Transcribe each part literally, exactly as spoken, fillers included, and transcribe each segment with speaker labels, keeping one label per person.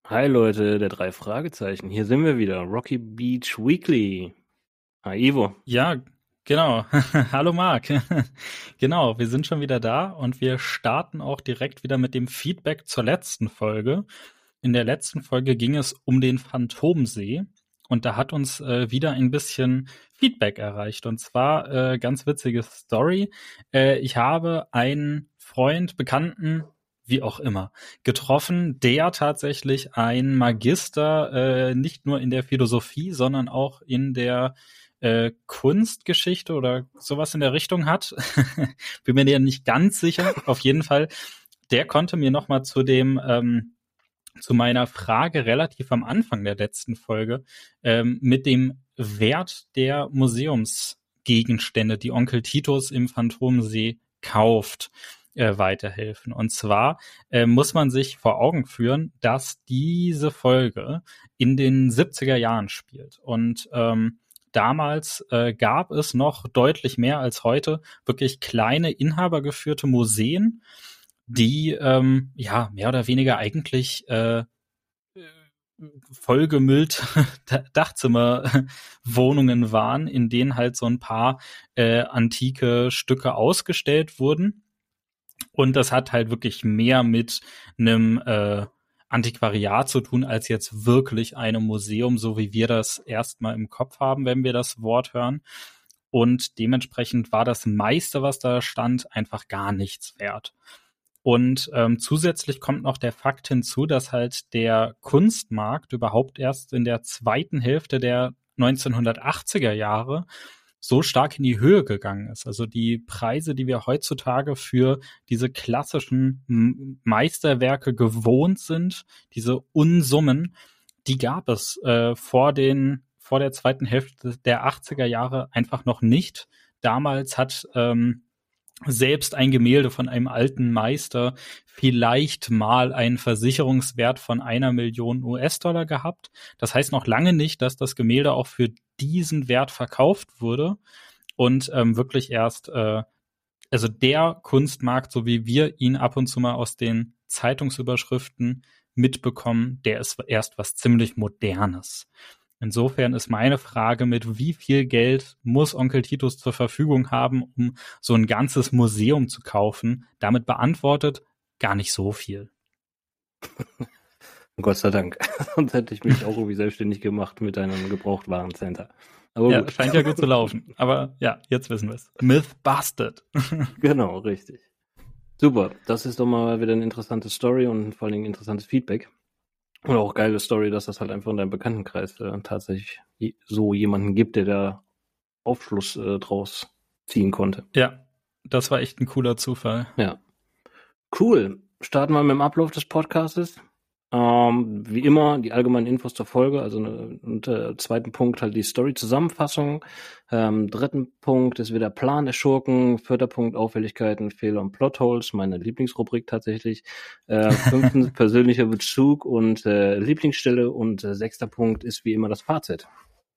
Speaker 1: Hi Leute, der drei Fragezeichen. Hier sind wir wieder. Rocky Beach Weekly. Hi Ivo.
Speaker 2: Ja, genau. Hallo Marc. Genau, wir sind schon wieder da und wir starten auch direkt wieder mit dem Feedback zur letzten Folge. In der letzten Folge ging es um den Phantomsee und da hat uns äh, wieder ein bisschen Feedback erreicht. Und zwar äh, ganz witzige Story. Äh, ich habe einen Freund, Bekannten, wie auch immer, getroffen, der tatsächlich ein Magister äh, nicht nur in der Philosophie, sondern auch in der äh, Kunstgeschichte oder sowas in der Richtung hat. Bin mir ja nicht ganz sicher. Auf jeden Fall, der konnte mir noch mal zu dem ähm, zu meiner Frage relativ am Anfang der letzten Folge ähm, mit dem Wert der Museumsgegenstände, die Onkel Titus im Phantomsee kauft, äh, weiterhelfen. Und zwar äh, muss man sich vor Augen führen, dass diese Folge in den siebziger Jahren spielt. Und ähm, damals äh, gab es noch deutlich mehr als heute wirklich kleine inhabergeführte Museen, die ähm, ja mehr oder weniger eigentlich äh, vollgemüllt Dachzimmerwohnungen waren, in denen halt so ein paar äh, antike Stücke ausgestellt wurden. Und das hat halt wirklich mehr mit einem äh, Antiquariat zu tun, als jetzt wirklich einem Museum, so wie wir das erstmal im Kopf haben, wenn wir das Wort hören. Und dementsprechend war das meiste, was da stand, einfach gar nichts wert. Und ähm, zusätzlich kommt noch der Fakt hinzu, dass halt der Kunstmarkt überhaupt erst in der zweiten Hälfte der neunzehnhundertachtziger Jahre so stark in die Höhe gegangen ist. Also die Preise, die wir heutzutage für diese klassischen M- Meisterwerke gewohnt sind, diese Unsummen, die gab es äh, vor den vor der zweiten Hälfte der achtziger Jahre einfach noch nicht. Damals hat ähm, selbst ein Gemälde von einem alten Meister vielleicht mal einen Versicherungswert von einer Million U S-Dollar gehabt. Das heißt noch lange nicht, dass das Gemälde auch für diesen Wert verkauft wurde und ähm, wirklich erst, äh, also der Kunstmarkt, so wie wir ihn ab und zu mal aus den Zeitungsüberschriften mitbekommen, der ist erst was ziemlich Modernes. Insofern ist meine Frage, mit wie viel Geld muss Onkel Titus zur Verfügung haben, um so ein ganzes Museum zu kaufen, damit beantwortet, gar nicht so viel.
Speaker 1: Gott sei Dank. Sonst hätte ich mich auch irgendwie selbstständig gemacht mit einem Gebrauchtwarencenter. Aber
Speaker 2: Ja,
Speaker 1: gut.
Speaker 2: scheint ja gut zu laufen. Aber ja, jetzt wissen wir es. Myth busted.
Speaker 1: Genau, richtig. Super. Das ist doch mal wieder eine interessante Story und vor allen Dingen interessantes Feedback. Und auch geile Story, dass das halt einfach in deinem Bekanntenkreis äh, tatsächlich je- so jemanden gibt, der da Aufschluss äh, draus ziehen konnte.
Speaker 2: Ja, das war echt ein cooler Zufall.
Speaker 1: Ja. Cool. Starten wir mit dem Ablauf des Podcastes. Ähm, wie immer die allgemeinen Infos zur Folge, also ne, und äh, zweiten Punkt halt die Story-Zusammenfassung. Ähm, dritten Punkt ist wieder Plan der Schurken. Vierter Punkt Auffälligkeiten, Fehler und Plotholes, meine Lieblingsrubrik tatsächlich. Äh, fünftens persönlicher Bezug und äh, Lieblingsstelle und äh, sechster Punkt ist wie immer das Fazit.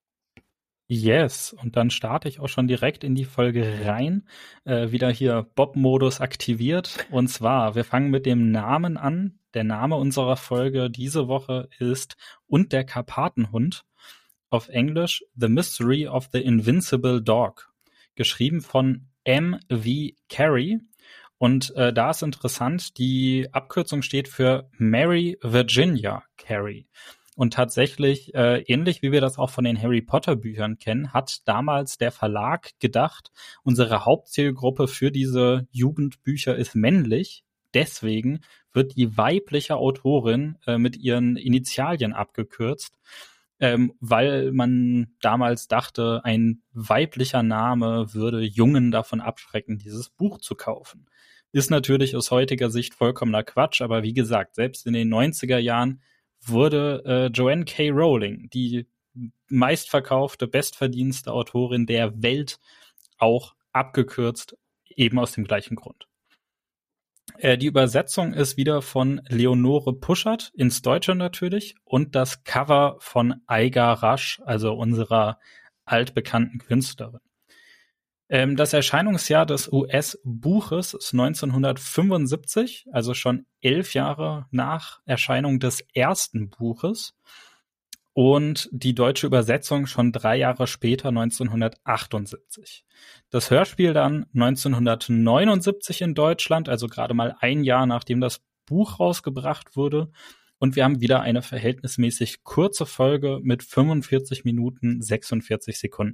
Speaker 2: Yes, und dann starte ich auch schon direkt in die Folge rein. Äh, wieder hier Bob-Modus aktiviert. Und zwar, wir fangen mit dem Namen an. Der Name unserer Folge diese Woche ist Und der Karpatenhund. Auf Englisch The Mystery of the Invincible Dog. Geschrieben von M V Carey. Und äh, da ist interessant, die Abkürzung steht für Mary Virginia Carey. Und tatsächlich, äh, ähnlich wie wir das auch von den Harry Potter Büchern kennen, hat damals der Verlag gedacht, unsere Hauptzielgruppe für diese Jugendbücher ist männlich. Deswegen wird die weibliche Autorin äh, mit ihren Initialien abgekürzt, ähm, weil man damals dachte, ein weiblicher Name würde Jungen davon abschrecken, dieses Buch zu kaufen. Ist natürlich aus heutiger Sicht vollkommener Quatsch, aber wie gesagt, selbst in den neunziger Jahren wurde äh, Joanne K. Rowling, die meistverkaufte, bestverdienste Autorin der Welt, auch abgekürzt, eben aus dem gleichen Grund. Äh, die Übersetzung ist wieder von Leonore Puschert, ins Deutsche natürlich, und das Cover von Aiga Rasch, also unserer altbekannten Künstlerin. Ähm, das Erscheinungsjahr des U S-Buches ist neunzehnhundertfünfundsiebzig, also schon elf Jahre nach Erscheinung des ersten Buches. Und die deutsche Übersetzung schon drei Jahre später, neunzehnhundertachtundsiebzig. Das Hörspiel dann neunzehnhundertneunundsiebzig in Deutschland, also gerade mal ein Jahr nachdem das Buch rausgebracht wurde. Und wir haben wieder eine verhältnismäßig kurze Folge mit fünfundvierzig Minuten sechsundvierzig Sekunden.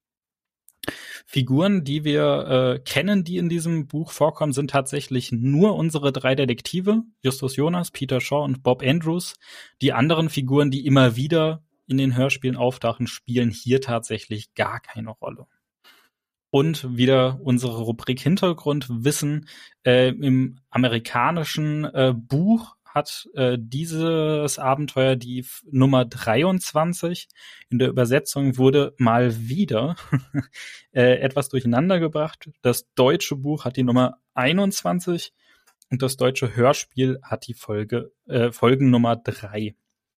Speaker 2: Figuren, die wir äh, kennen, die in diesem Buch vorkommen, sind tatsächlich nur unsere drei Detektive, Justus Jonas, Peter Shaw und Bob Andrews. Die anderen Figuren, die immer wieder in den Hörspielen auftauchen, spielen hier tatsächlich gar keine Rolle. Und wieder unsere Rubrik Hintergrundwissen. Äh, im amerikanischen äh, Buch hat äh, dieses Abenteuer die F- Nummer dreiundzwanzig. In der Übersetzung wurde mal wieder äh, etwas durcheinander gebracht. Das deutsche Buch hat die Nummer einundzwanzig und das deutsche Hörspiel hat die Folge äh, Folgennummer drei.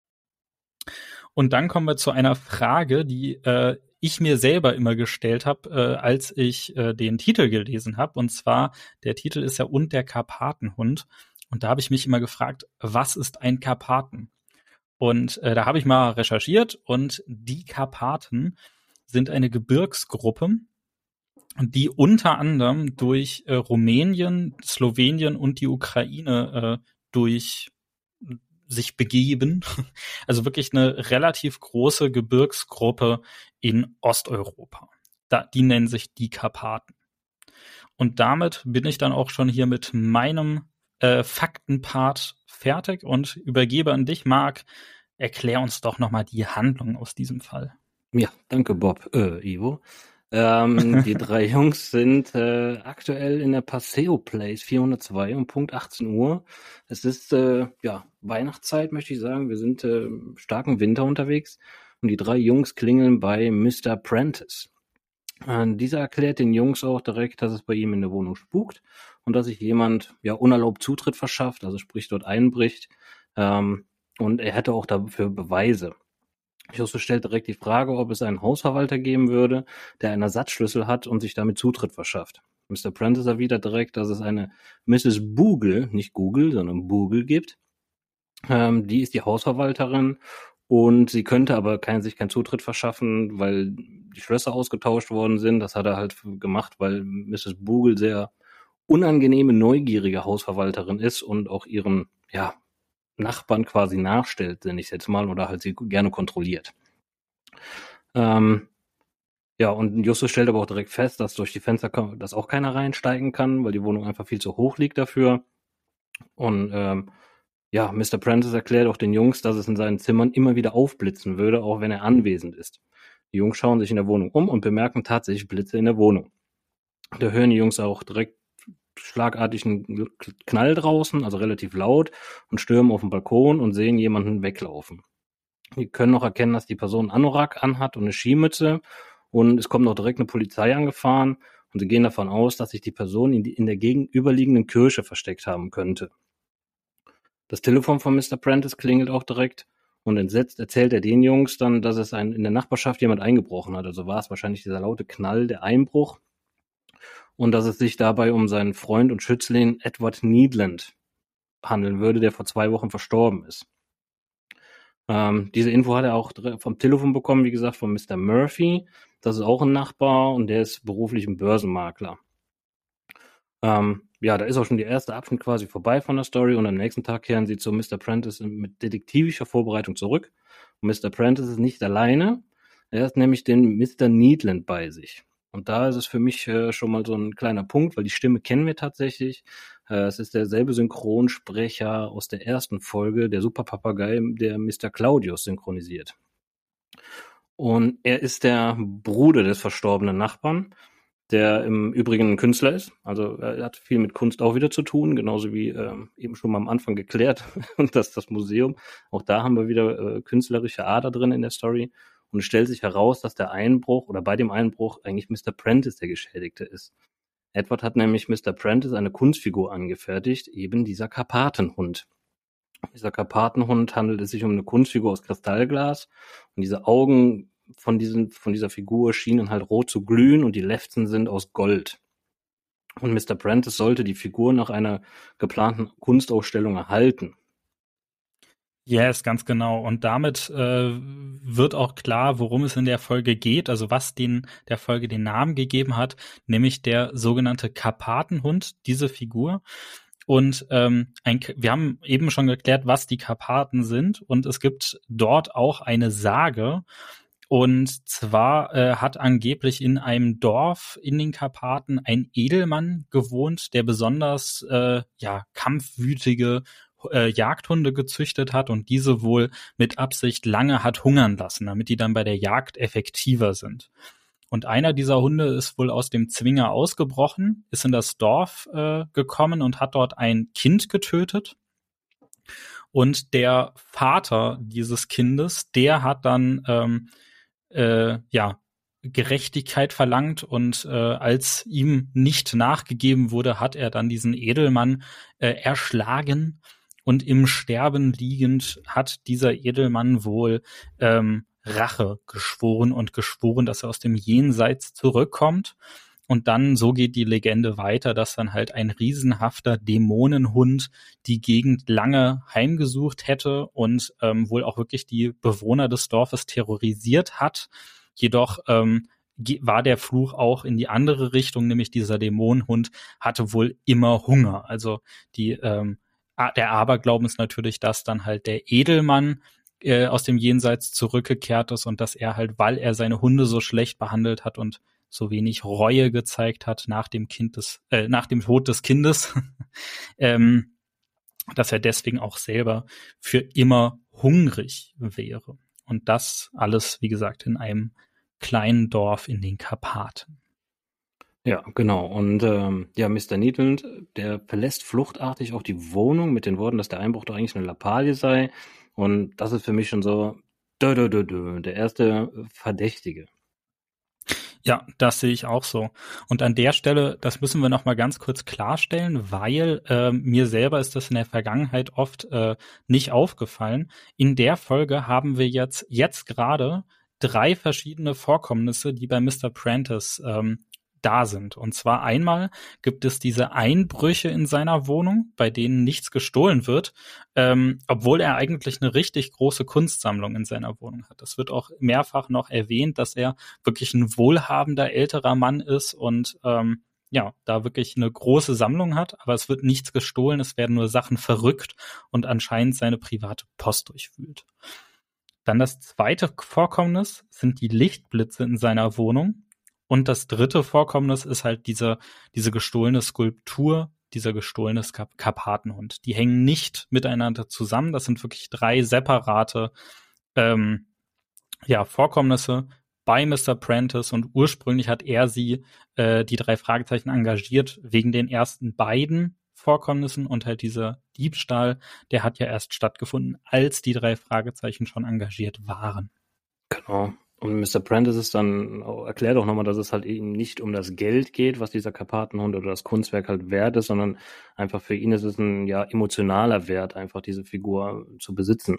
Speaker 2: Und dann kommen wir zu einer Frage, die äh, ich mir selber immer gestellt habe, äh, als ich äh, den Titel gelesen habe. Und zwar, der Titel ist ja Und der Karpatenhund. Und da habe ich mich immer gefragt, was ist ein Karpaten? Und äh, da habe ich mal recherchiert und die Karpaten sind eine Gebirgsgruppe, die unter anderem durch äh, Rumänien, Slowenien und die Ukraine äh, durch sich begeben. Also wirklich eine relativ große Gebirgsgruppe in Osteuropa. Da, die nennen sich die Karpaten. Und damit bin ich dann auch schon hier mit meinem äh, Faktenpart fertig und übergebe an dich, Marc. Erklär uns doch nochmal die Handlung aus diesem Fall.
Speaker 1: Ja, danke Bob, äh, Ivo. Ähm, die drei Jungs sind äh, aktuell in der Paseo Place vierhundertzwei um Punkt achtzehn Uhr. Es ist äh, ja Weihnachtszeit, möchte ich sagen. Wir sind äh, im starken Winter unterwegs und die drei Jungs klingeln bei Mister Prentice. Äh, dieser erklärt den Jungs auch direkt, dass es bei ihm in der Wohnung spukt und dass sich jemand ja unerlaubt Zutritt verschafft, also sprich dort einbricht. Ähm, und er hätte auch dafür Beweise. Justus stellt direkt die Frage, ob es einen Hausverwalter geben würde, der einen Ersatzschlüssel hat und sich damit Zutritt verschafft. Mister Prentice erwidert direkt, dass es eine Misses Bogle, nicht Google, sondern Bogle gibt. Ähm, die ist die Hausverwalterin und sie könnte aber kein, sich keinen Zutritt verschaffen, weil die Schlösser ausgetauscht worden sind. Das hat er halt gemacht, weil Misses Bogle sehr unangenehme, neugierige Hausverwalterin ist und auch ihren, ja, Nachbarn quasi nachstellt, nenne ich es jetzt mal, oder halt sie gerne kontrolliert. Ähm, ja, und Justus stellt aber auch direkt fest, dass durch die Fenster kann, dass auch keiner reinsteigen kann, weil die Wohnung einfach viel zu hoch liegt dafür. Und ähm, ja, Mister Prentice erklärt auch den Jungs, dass es in seinen Zimmern immer wieder aufblitzen würde, auch wenn er anwesend ist. Die Jungs schauen sich in der Wohnung um und bemerken tatsächlich Blitze in der Wohnung. Da hören die Jungs auch direkt schlagartig einen Knall draußen, also relativ laut, und stürmen auf den Balkon und sehen jemanden weglaufen. Die können noch erkennen, dass die Person einen Anorak anhat und eine Skimütze, und es kommt noch direkt eine Polizei angefahren und sie gehen davon aus, dass sich die Person in, die, in der gegenüberliegenden Kirche versteckt haben könnte. Das Telefon von Mister Prentice klingelt auch direkt und entsetzt erzählt er den Jungs dann, dass es ein, in der Nachbarschaft jemand eingebrochen hat. Also war es wahrscheinlich dieser laute Knall, der Einbruch. Und dass es sich dabei um seinen Freund und Schützling Edward Needland handeln würde, der vor zwei Wochen verstorben ist. Ähm, diese Info hat er auch vom Telefon bekommen, wie gesagt, von Mister Murphy. Das ist auch ein Nachbar und der ist beruflich ein Börsenmakler. Ähm, ja, da ist auch schon der erste Abschnitt quasi vorbei von der Story und am nächsten Tag kehren sie zu Mister Prentice mit detektivischer Vorbereitung zurück. Und Mister Prentice ist nicht alleine, er hat nämlich den Mister Needland bei sich. Und da ist es für mich äh, schon mal so ein kleiner Punkt, weil die Stimme kennen wir tatsächlich. Äh, es ist derselbe Synchronsprecher aus der ersten Folge, der Superpapagei, der Mister Claudius synchronisiert. Und er ist der Bruder des verstorbenen Nachbarn, der im Übrigen ein Künstler ist. Also er hat viel mit Kunst auch wieder zu tun, genauso wie ähm, eben schon mal am Anfang geklärt. Und das das Museum. Auch da haben wir wieder äh, künstlerische Ader drin in der Story. Und es stellt sich heraus, dass der Einbruch oder bei dem Einbruch eigentlich Mister Prentice der Geschädigte ist. Edward hat nämlich Mister Prentice eine Kunstfigur angefertigt, eben dieser Karpatenhund. Dieser Karpatenhund handelt es sich um eine Kunstfigur aus Kristallglas und diese Augen von diesen, von dieser Figur schienen halt rot zu glühen und die Lefzen sind aus Gold. Und Mister Prentice sollte die Figur nach einer geplanten Kunstausstellung erhalten.
Speaker 2: Yes, ganz genau. Und damit äh, wird auch klar, worum es in der Folge geht, also was den der Folge den Namen gegeben hat, nämlich der sogenannte Karpatenhund, diese Figur. Und ähm, ein, wir haben eben schon geklärt, was die Karpaten sind. Und es gibt dort auch eine Sage. Und zwar äh, hat angeblich in einem Dorf in den Karpaten ein Edelmann gewohnt, der besonders äh, ja kampfwütige äh, Jagdhunde gezüchtet hat und diese wohl mit Absicht lange hat hungern lassen, damit die dann bei der Jagd effektiver sind. Und einer dieser Hunde ist wohl aus dem Zwinger ausgebrochen, ist in das Dorf äh, gekommen und hat dort ein Kind getötet. Und der Vater dieses Kindes, der hat dann ähm, äh, ja Gerechtigkeit verlangt und äh, als ihm nicht nachgegeben wurde, hat er dann diesen Edelmann äh, erschlagen und im Sterben liegend hat dieser Edelmann wohl ähm, Rache geschworen und geschworen, dass er aus dem Jenseits zurückkommt. Und dann, so geht die Legende weiter, dass dann halt ein riesenhafter Dämonenhund die Gegend lange heimgesucht hätte und ähm, wohl auch wirklich die Bewohner des Dorfes terrorisiert hat. Jedoch ähm, war der Fluch auch in die andere Richtung, nämlich dieser Dämonenhund hatte wohl immer Hunger. Also die ähm, der Aberglauben ist natürlich, dass dann halt der Edelmann äh, aus dem Jenseits zurückgekehrt ist und dass er halt, weil er seine Hunde so schlecht behandelt hat und so wenig Reue gezeigt hat nach dem Kind des, äh, nach dem Tod des Kindes, ähm, dass er deswegen auch selber für immer hungrig wäre. Und das alles, wie gesagt, in einem kleinen Dorf in den Karpaten.
Speaker 1: Ja, genau. Und ähm, ja, Mister Needland, der verlässt fluchtartig auch die Wohnung mit den Worten, dass der Einbruch doch eigentlich eine Lappalie sei. Und das ist für mich schon so dö, dö, dö, dö, der erste Verdächtige.
Speaker 2: Ja, das sehe ich auch so. Und an der Stelle, das müssen wir noch mal ganz kurz klarstellen, weil äh, mir selber ist das in der Vergangenheit oft äh, nicht aufgefallen. In der Folge haben wir jetzt jetzt gerade drei verschiedene Vorkommnisse, die bei Mister Prentice ähm, da sind. Und zwar einmal gibt es diese Einbrüche in seiner Wohnung, bei denen nichts gestohlen wird, ähm, obwohl er eigentlich eine richtig große Kunstsammlung in seiner Wohnung hat. Es wird auch mehrfach noch erwähnt, dass er wirklich ein wohlhabender älterer Mann ist und ähm, ja, da wirklich eine große Sammlung hat, aber es wird nichts gestohlen, es werden nur Sachen verrückt und anscheinend seine private Post durchwühlt. Dann das zweite Vorkommnis sind die Lichtblitze in seiner Wohnung. Und das dritte Vorkommnis ist halt diese, diese gestohlene Skulptur, dieser gestohlene Kap- Karpatenhund. Die hängen nicht miteinander zusammen. Das sind wirklich drei separate ähm, ja, Vorkommnisse bei Mister Prentice. Und ursprünglich hat er sie, äh, die drei Fragezeichen, engagiert wegen den ersten beiden Vorkommnissen. Und halt dieser Diebstahl, der hat ja erst stattgefunden, als die drei Fragezeichen schon engagiert waren.
Speaker 1: Genau. Und Mister Prentice ist dann, erklärt auch nochmal, dass es halt eben nicht um das Geld geht, was dieser Karpatenhund oder das Kunstwerk halt wert ist, sondern einfach für ihn ist es ein ja emotionaler Wert, einfach diese Figur zu besitzen.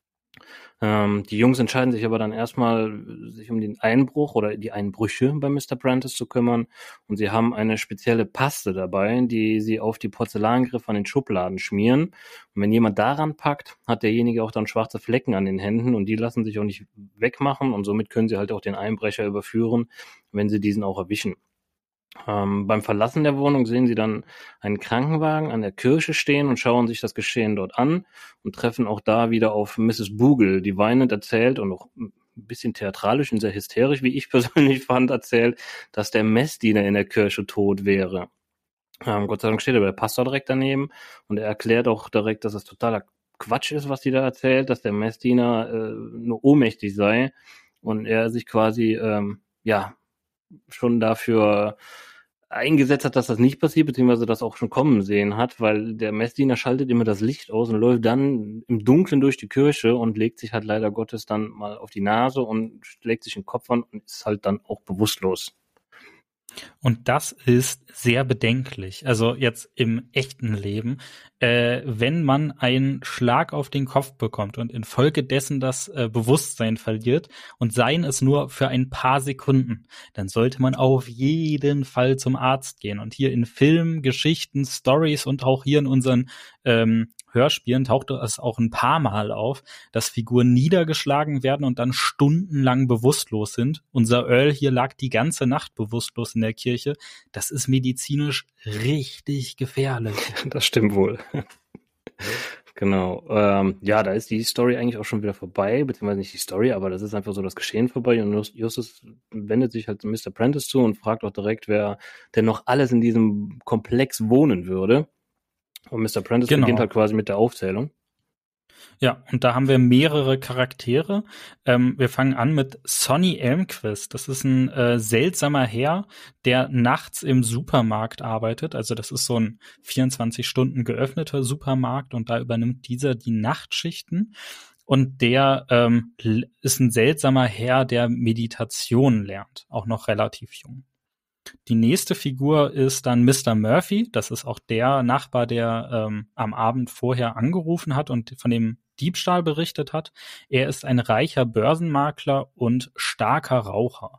Speaker 1: Ähm, die Jungs entscheiden sich aber dann erstmal, sich um den Einbruch oder die Einbrüche bei Mister Prentice zu kümmern. Und sie haben eine spezielle Paste dabei, die sie auf die Porzellangriffe an den Schubladen schmieren. Und wenn jemand daran packt, hat derjenige auch dann schwarze Flecken an den Händen und die lassen sich auch nicht wegmachen und somit können sie halt auch den Einbrecher überführen, wenn sie diesen auch erwischen. Ähm, beim Verlassen der Wohnung sehen sie dann einen Krankenwagen an der Kirche stehen und schauen sich das Geschehen dort an und treffen auch da wieder auf Misses Bugle, die weinend erzählt und auch ein bisschen theatralisch und sehr hysterisch, wie ich persönlich fand, erzählt, dass der Messdiener in der Kirche tot wäre. Ähm, Gott sei Dank steht aber der Pastor direkt daneben und er erklärt auch direkt, dass es totaler Quatsch ist, was die da erzählt, dass der Messdiener äh, nur ohnmächtig sei und er sich quasi, ähm, ja, schon dafür eingesetzt hat, dass das nicht passiert, beziehungsweise das auch schon kommen sehen hat, weil der Messdiener schaltet immer das Licht aus und läuft dann im Dunkeln durch die Kirche und legt sich halt leider Gottes dann mal auf die Nase und schlägt sich den Kopf an und ist halt dann auch bewusstlos.
Speaker 2: Und das ist sehr bedenklich. Also jetzt im echten Leben, äh, wenn man einen Schlag auf den Kopf bekommt und infolgedessen das äh, Bewusstsein verliert und seien es nur für ein paar Sekunden, dann sollte man auf jeden Fall zum Arzt gehen. Und hier in Filmen, Geschichten, Stories und auch hier in unseren ähm, Hörspielen taucht es auch ein paar Mal auf, dass Figuren niedergeschlagen werden und dann stundenlang bewusstlos sind. Unser Earl hier lag die ganze Nacht bewusstlos in der Kirche. Das ist medizinisch richtig gefährlich.
Speaker 1: Das stimmt wohl. Genau. Ähm, ja, da ist die Story eigentlich auch schon wieder vorbei, beziehungsweise nicht die Story, aber das ist einfach so das Geschehen vorbei und Justus wendet sich halt Mister Prentice zu und fragt auch direkt, wer denn noch alles in diesem Komplex wohnen würde. Und Mister Prentice
Speaker 2: Genau.
Speaker 1: beginnt halt quasi mit der Aufzählung.
Speaker 2: Ja, und da haben wir mehrere Charaktere. Ähm, wir fangen an mit Sonny Elmquist. Das ist ein äh, seltsamer Herr, der nachts im Supermarkt arbeitet. Also das ist so ein vierundzwanzig Stunden geöffneter Supermarkt und da übernimmt dieser die Nachtschichten. Und der ähm, ist ein seltsamer Herr, der Meditation lernt, auch noch relativ jung. Die nächste Figur ist dann Mister Murphy. Das ist auch der Nachbar, der ähm, am Abend vorher angerufen hat und von dem Diebstahl berichtet hat. Er ist ein reicher Börsenmakler und starker Raucher.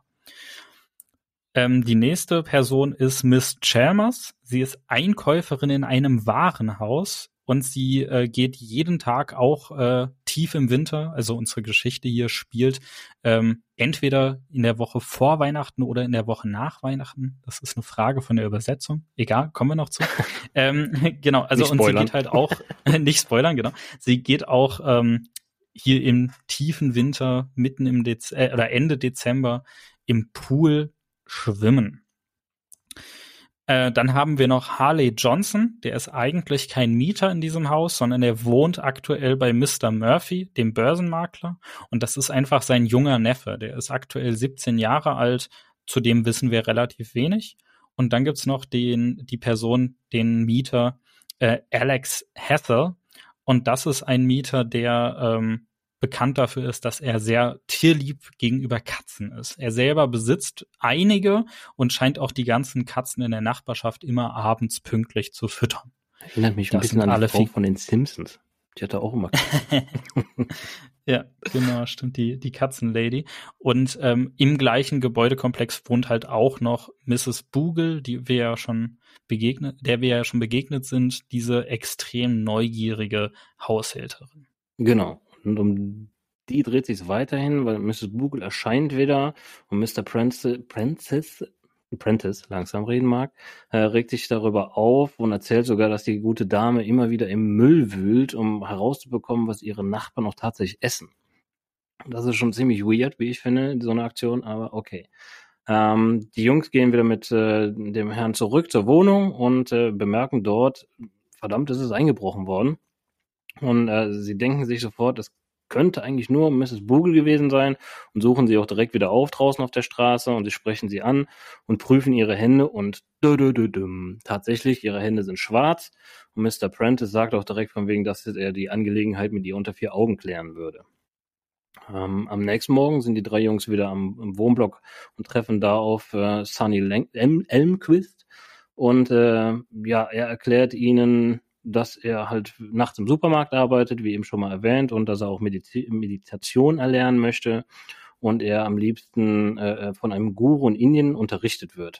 Speaker 2: Ähm, die nächste Person ist Miss Chalmers. Sie ist Einkäuferin in einem Warenhaus und sie äh, geht jeden Tag auch äh, tief im Winter, also unsere Geschichte hier spielt ähm, entweder in der Woche vor Weihnachten oder in der Woche nach Weihnachten. Das ist eine Frage von der Übersetzung. Egal, kommen wir noch zu. ähm, genau, also und sie geht halt auch, nicht spoilern, genau. Sie geht auch ähm, hier im tiefen Winter, mitten im Dez- äh, oder Ende Dezember im Pool schwimmen. Äh, dann haben wir noch Harley Johnson, der ist eigentlich kein Mieter in diesem Haus, sondern er wohnt aktuell bei Mister Murphy, dem Börsenmakler. Und das ist einfach sein junger Neffe. Der ist aktuell siebzehn Jahre alt, zudem wissen wir relativ wenig. Und dann gibt's noch den, die Person, den Mieter äh, Alex Hathel. Und das ist ein Mieter, der ähm, bekannt dafür ist, dass er sehr tierlieb gegenüber Katzen ist. Er selber besitzt einige und scheint auch die ganzen Katzen in der Nachbarschaft immer abends pünktlich zu füttern.
Speaker 1: Erinnert mich ein
Speaker 2: Das
Speaker 1: bisschen
Speaker 2: sind
Speaker 1: an die
Speaker 2: alle
Speaker 1: Frau
Speaker 2: Fig-
Speaker 1: von den Simpsons. Die hatte auch immer Katzen.
Speaker 2: Ja, genau, stimmt, die, die Katzenlady. Und ähm, im gleichen Gebäudekomplex wohnt halt auch noch Misses Bogle, die wir ja schon begegnet, der wir ja schon begegnet sind, diese extrem neugierige Haushälterin.
Speaker 1: Genau. Und um die dreht sich weiterhin, weil Misses Bogle erscheint wieder und Mister Prentice, Prentice, Prentice langsam reden mag, äh, regt sich darüber auf und erzählt sogar, dass die gute Dame immer wieder im Müll wühlt, um herauszubekommen, was ihre Nachbarn auch tatsächlich essen. Das ist schon ziemlich weird, wie ich finde, so eine Aktion, aber okay. Ähm, die Jungs gehen wieder mit äh, dem Herrn zurück zur Wohnung und äh, bemerken dort, verdammt, es ist eingebrochen worden. Und äh, sie denken sich sofort, es könnte eigentlich nur Misses Bogle gewesen sein und suchen sie auch direkt wieder auf draußen auf der Straße und sie sprechen sie an und prüfen ihre Hände und dü-dü-dü-düm. Tatsächlich, ihre Hände sind schwarz und Mister Prentice sagt auch direkt von wegen, dass er die Angelegenheit mit ihr unter vier Augen klären würde. Ähm, am nächsten Morgen sind die drei Jungs wieder am, am Wohnblock und treffen da auf äh, Sonny Lang- El- Elmquist und äh, ja, er erklärt ihnen, dass er halt nachts im Supermarkt arbeitet, wie eben schon mal erwähnt, und dass er auch Mediz- Meditation erlernen möchte und er am liebsten äh, von einem Guru in Indien unterrichtet wird.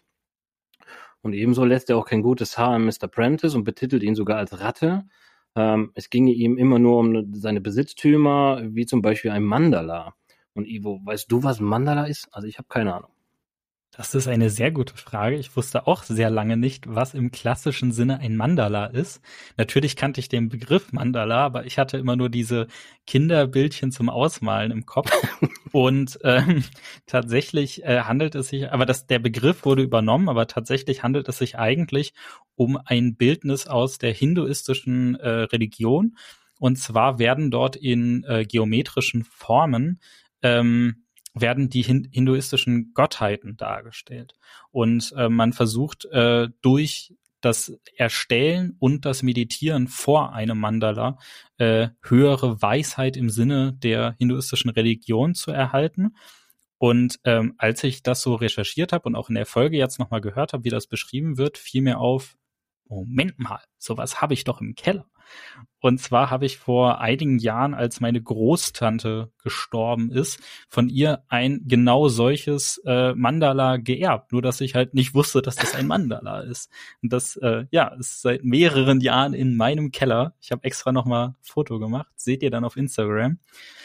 Speaker 1: Und ebenso lässt er auch kein gutes Haar an Mister Prentice und betitelt ihn sogar als Ratte. Ähm, es ginge ihm immer nur um seine Besitztümer, wie zum Beispiel ein Mandala. Und Ivo, weißt du, was ein Mandala ist? Also ich habe keine Ahnung.
Speaker 2: Das ist eine sehr gute Frage. Ich wusste auch sehr lange nicht, was im klassischen Sinne ein Mandala ist. Natürlich kannte ich den Begriff Mandala, aber ich hatte immer nur diese Kinderbildchen zum Ausmalen im Kopf. Und ähm, tatsächlich äh, handelt es sich, aber das, der Begriff wurde übernommen, aber tatsächlich handelt es sich eigentlich um ein Bildnis aus der hinduistischen äh, Religion. Und zwar werden dort in äh, geometrischen Formen ähm, werden die hin- hinduistischen Gottheiten dargestellt. Und äh, man versucht äh, durch das Erstellen und das Meditieren vor einem Mandala äh, höhere Weisheit im Sinne der hinduistischen Religion zu erhalten. Und ähm, als ich das so recherchiert habe und auch in der Folge jetzt nochmal gehört habe, wie das beschrieben wird, fiel mir auf, Moment mal, sowas habe ich doch im Keller. Und zwar habe ich vor einigen Jahren, als meine Großtante gestorben ist, von ihr ein genau solches äh, Mandala geerbt. Nur, dass ich halt nicht wusste, dass das ein Mandala ist. Und das, äh, ja, ist seit mehreren Jahren in meinem Keller. Ich habe extra noch mal ein Foto gemacht. Seht ihr dann auf Instagram.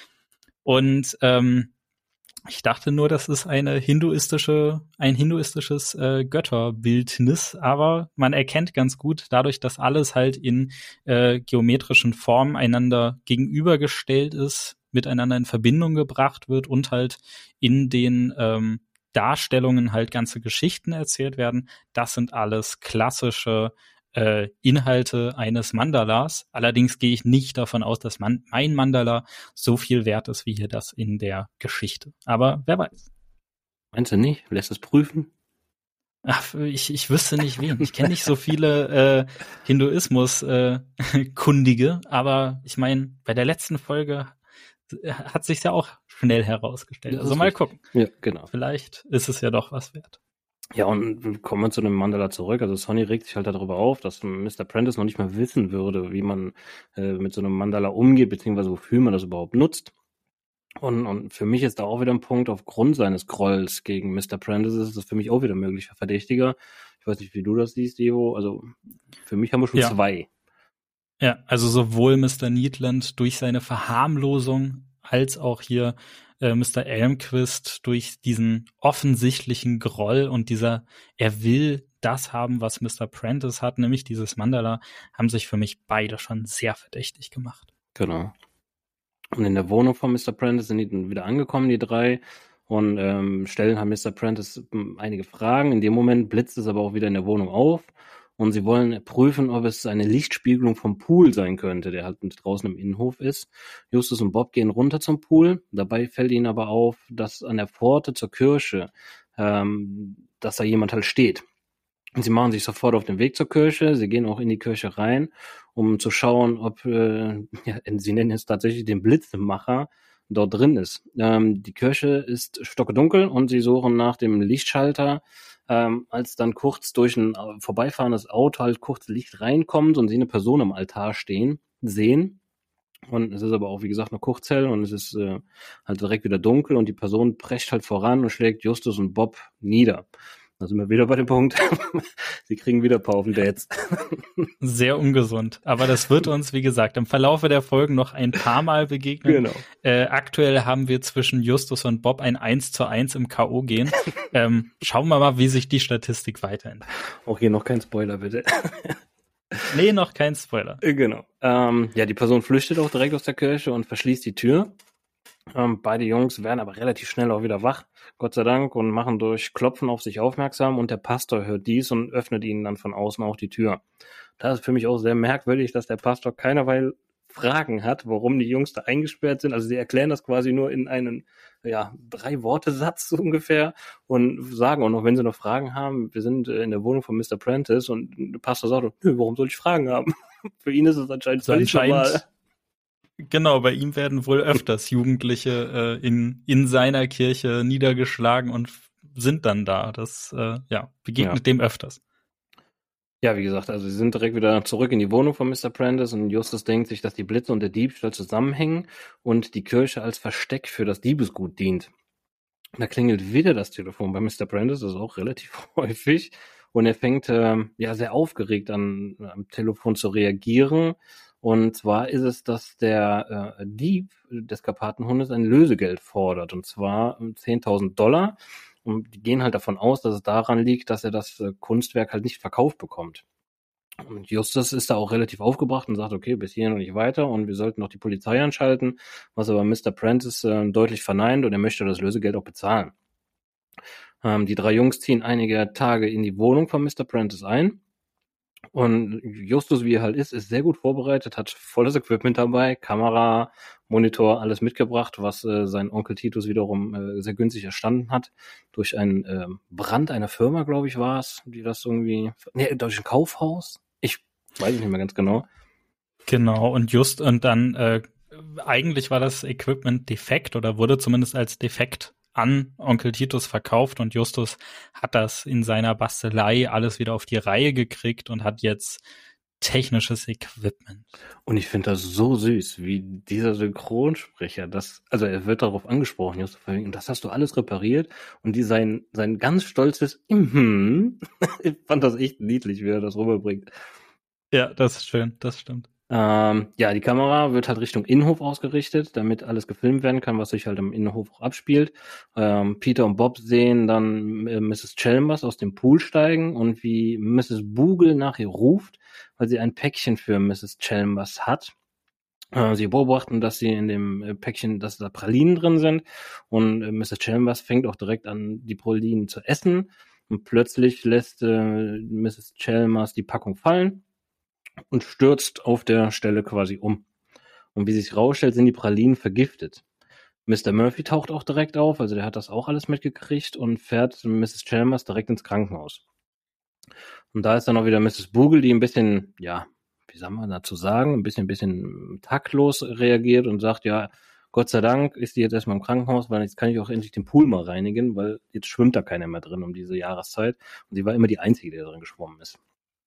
Speaker 2: Und ähm, ich dachte nur, das ist eine hinduistische, ein hinduistisches äh, Götterbildnis, aber man erkennt ganz gut dadurch, dass alles halt in äh, geometrischen Formen einander gegenübergestellt ist, miteinander in Verbindung gebracht wird und halt in den ähm, Darstellungen halt ganze Geschichten erzählt werden. Das sind alles klassische äh, Inhalte eines Mandalas. Allerdings gehe ich nicht davon aus, dass man, mein Mandala so viel wert ist wie hier das in der Geschichte. Aber wer weiß.
Speaker 1: Meinst du nicht? Lässt es prüfen?
Speaker 2: Ach, ich, ich wüsste nicht wen. Ich kenne nicht so viele äh, Hinduismus-Kundige, äh, aber ich meine, bei der letzten Folge hat sich's ja auch schnell herausgestellt.
Speaker 1: Ja,
Speaker 2: also mal
Speaker 1: richtig.
Speaker 2: gucken.
Speaker 1: Ja, genau.
Speaker 2: Vielleicht ist es ja doch was wert.
Speaker 1: Ja, und kommen wir zu dem Mandala zurück. Also Sonny regt sich halt darüber auf, dass Mister Prentice noch nicht mal wissen würde, wie man äh, mit so einem Mandala umgeht, beziehungsweise wofür man das überhaupt nutzt. Und, und für mich ist da auch wieder ein Punkt, aufgrund seines Grolls gegen Mister Prentice ist es für mich auch wieder ein möglicher Verdächtiger. Ich weiß nicht, wie du das siehst, Evo. Also für mich haben wir schon
Speaker 2: Ja.
Speaker 1: zwei.
Speaker 2: Ja, also sowohl Mister Needland durch seine Verharmlosung als auch hier äh, Mister Elmquist durch diesen offensichtlichen Groll und dieser, er will das haben, was Mister Prentice hat, nämlich dieses Mandala, haben sich für mich beide schon sehr verdächtig gemacht.
Speaker 1: Genau. Und in der Wohnung von Mister Prentice sind die dann wieder angekommen, die drei, und ähm, stellen halt Mister Prentice einige Fragen. In dem Moment blitzt es aber auch wieder in der Wohnung auf. Und sie wollen prüfen, ob es eine Lichtspiegelung vom Pool sein könnte, der halt draußen im Innenhof ist. Justus und Bob gehen runter zum Pool. Dabei fällt ihnen aber auf, dass an der Pforte zur Kirche, ähm, dass da jemand halt steht. Und sie machen sich sofort auf den Weg zur Kirche. Sie gehen auch in die Kirche rein, um zu schauen, ob, äh, ja, sie nennen es tatsächlich den Blitzemacher, dort drin ist. Ähm, die Kirche ist stockdunkel und sie suchen nach dem Lichtschalter. Ähm, als dann kurz durch ein vorbeifahrendes Auto halt kurz Licht reinkommt und sie eine Person am Altar stehen, sehen. Und es ist aber auch, wie gesagt, nur kurz hell und es ist äh, halt direkt wieder dunkel und die Person prescht halt voran und schlägt Justus und Bob nieder. Da sind wir wieder bei dem Punkt. Sie kriegen wieder ein paar auf den Dates.
Speaker 2: Sehr ungesund. Aber das wird uns, wie gesagt, im Verlaufe der Folgen noch ein paar Mal begegnen.
Speaker 1: Genau.
Speaker 2: Äh, aktuell haben wir zwischen Justus und Bob ein eins zu eins im K O gehen. ähm, schauen wir mal, wie sich die Statistik weiterentwickelt.
Speaker 1: Auch hier noch kein Spoiler, bitte.
Speaker 2: Nee, noch kein Spoiler.
Speaker 1: Genau. Ähm, ja, die Person flüchtet auch direkt aus der Kirche und verschließt die Tür. Ähm, beide Jungs werden aber relativ schnell auch wieder wach, Gott sei Dank, und machen durch Klopfen auf sich aufmerksam und der Pastor hört dies und öffnet ihnen dann von außen auch die Tür. Da ist für mich auch sehr merkwürdig, dass der Pastor keinerlei Fragen hat, warum die Jungs da eingesperrt sind. Also sie erklären das quasi nur in einen, ja, Drei-Worte-Satz so ungefähr und sagen auch noch, wenn sie noch Fragen haben, wir sind in der Wohnung von Mister Prentice, und der Pastor sagt, nö, warum soll ich Fragen haben? Für ihn ist es anscheinend
Speaker 2: So
Speaker 1: völlig normal.
Speaker 2: Genau, bei ihm werden wohl öfters Jugendliche äh, in, in seiner Kirche niedergeschlagen und f- sind dann da. Das, äh, ja, begegnet
Speaker 1: Ja.
Speaker 2: dem öfters.
Speaker 1: Ja, wie gesagt, also sie sind direkt wieder zurück in die Wohnung von Mister Prentice und Justus denkt sich, dass die Blitze und der Diebstahl zusammenhängen und die Kirche als Versteck für das Diebesgut dient. Da klingelt wieder das Telefon bei Mister Prentice, das ist auch relativ häufig, und er fängt ähm, ja sehr aufgeregt an, am Telefon zu reagieren. Und zwar ist es, dass der äh, Dieb des Karpatenhundes ein Lösegeld fordert, und zwar zehntausend Dollar. Und die gehen halt davon aus, dass es daran liegt, dass er das äh, Kunstwerk halt nicht verkauft bekommt. Und Justus ist da auch relativ aufgebracht und sagt, okay, bis hierhin und nicht weiter und wir sollten noch die Polizei anschalten, was aber Mister Prentice äh, deutlich verneint und er möchte das Lösegeld auch bezahlen. Ähm, die drei Jungs ziehen einige Tage in die Wohnung von Mister Prentice ein. Und Justus, wie er halt ist, ist sehr gut vorbereitet, hat volles Equipment dabei, Kamera, Monitor, alles mitgebracht, was äh, sein Onkel Titus wiederum äh, sehr günstig erstanden hat. Durch einen äh, Brand einer Firma, glaube ich, war es, die das irgendwie, nee, durch ein Kaufhaus? Ich weiß nicht mehr ganz genau.
Speaker 2: Genau, und just, und dann, äh, eigentlich war das Equipment defekt oder wurde zumindest als defekt an Onkel Titus verkauft und Justus hat das in seiner Bastelei alles wieder auf die Reihe gekriegt und hat jetzt technisches Equipment.
Speaker 1: Und ich finde das so süß, wie dieser Synchronsprecher, das, also er wird darauf angesprochen, Justus, und das hast du alles repariert und die sein, sein ganz stolzes mhm. Ich fand das echt niedlich, wie er das rüberbringt.
Speaker 2: Ja, das ist schön, das stimmt.
Speaker 1: Ähm, ja, die Kamera wird halt Richtung Innenhof ausgerichtet, damit alles gefilmt werden kann, was sich halt im Innenhof auch abspielt. Ähm, Peter und Bob sehen dann äh, Misses Chalmers aus dem Pool steigen und wie Misses Bugle nach ihr ruft, weil sie ein Päckchen für Misses Chalmers hat. Äh, sie beobachten, dass sie in dem äh, Päckchen, dass da Pralinen drin sind und äh, Misses Chalmers fängt auch direkt an, die Pralinen zu essen und plötzlich lässt äh, Misses Chalmers die Packung fallen und stürzt auf der Stelle quasi um. Und wie sich rausstellt, sind die Pralinen vergiftet. Mister Murphy taucht auch direkt auf, also der hat das auch alles mitgekriegt und fährt Misses Chalmers direkt ins Krankenhaus. Und da ist dann auch wieder Misses Bugle, die ein bisschen, ja, wie soll man dazu sagen, ein bisschen, bisschen taktlos reagiert und sagt, ja, Gott sei Dank ist die jetzt erstmal im Krankenhaus, weil jetzt kann ich auch endlich den Pool mal reinigen, weil jetzt schwimmt da keiner mehr drin um diese Jahreszeit. Und sie war immer die Einzige, die da drin geschwommen ist.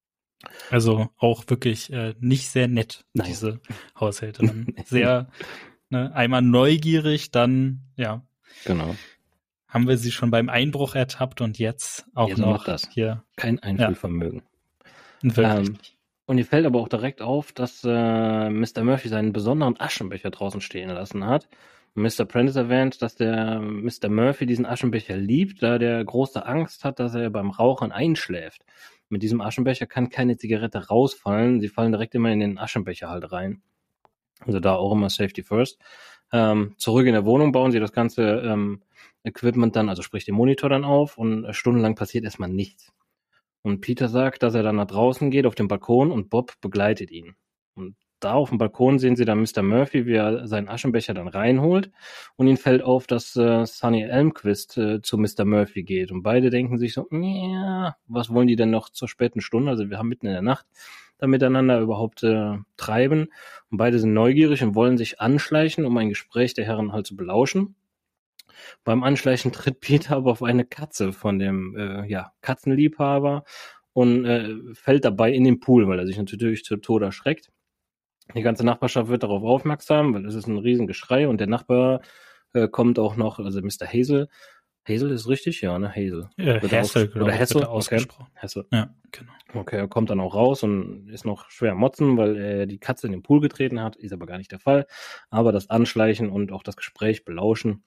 Speaker 2: Also auch wirklich äh, nicht sehr nett,
Speaker 1: Nein.
Speaker 2: diese Haushälterin. Sehr, ne, einmal neugierig, dann, ja.
Speaker 1: Genau.
Speaker 2: Haben wir sie schon beim Einbruch ertappt und jetzt auch
Speaker 1: jetzt
Speaker 2: noch
Speaker 1: das.
Speaker 2: hier.
Speaker 1: Kein Einfühlvermögen.
Speaker 2: Ja. Wirklich.
Speaker 1: Ähm, und ihr fällt aber auch direkt auf, dass äh, Mister Murphy seinen besonderen Aschenbecher draußen stehen lassen hat. Und Mister Prentice erwähnt, dass der Mister Murphy diesen Aschenbecher liebt, da der große Angst hat, dass er beim Rauchen einschläft. Mit diesem Aschenbecher kann keine Zigarette rausfallen. Sie fallen direkt immer in den Aschenbecher halt rein. Also da auch immer Safety First. Ähm, zurück in der Wohnung bauen sie das ganze ähm, Equipment dann, also sprich den Monitor dann auf und stundenlang passiert erstmal nichts. Und Peter sagt, dass er dann nach draußen geht auf den Balkon und Bob begleitet ihn. Und da auf dem Balkon sehen sie dann Mister Murphy, wie er seinen Aschenbecher dann reinholt und ihnen fällt auf, dass äh, Sonny Elmquist äh, zu Mister Murphy geht. Und beide denken sich so, ja, was wollen die denn noch zur späten Stunde? Also wir haben mitten in der Nacht da miteinander überhaupt äh, treiben. Und beide sind neugierig und wollen sich anschleichen, um ein Gespräch der Herren halt zu belauschen. Beim Anschleichen tritt Peter aber auf eine Katze von dem äh, ja, Katzenliebhaber und äh, fällt dabei in den Pool, weil er sich natürlich zu Tode erschreckt. Die ganze Nachbarschaft wird darauf aufmerksam, weil es ist ein Riesengeschrei und der Nachbar äh, kommt auch noch, also Mister Hazel. Hazel ist richtig? Ja, ne? Hazel.
Speaker 2: Äh, Hassel, glaube ich,
Speaker 1: Hassel?
Speaker 2: wird ausgesprochen.
Speaker 1: Okay. Hassel.
Speaker 2: Ja, genau.
Speaker 1: Okay, er kommt dann auch raus und ist noch schwer motzen, weil er die Katze in den Pool getreten hat. Ist aber gar nicht der Fall. Aber das Anschleichen und auch das Gespräch belauschen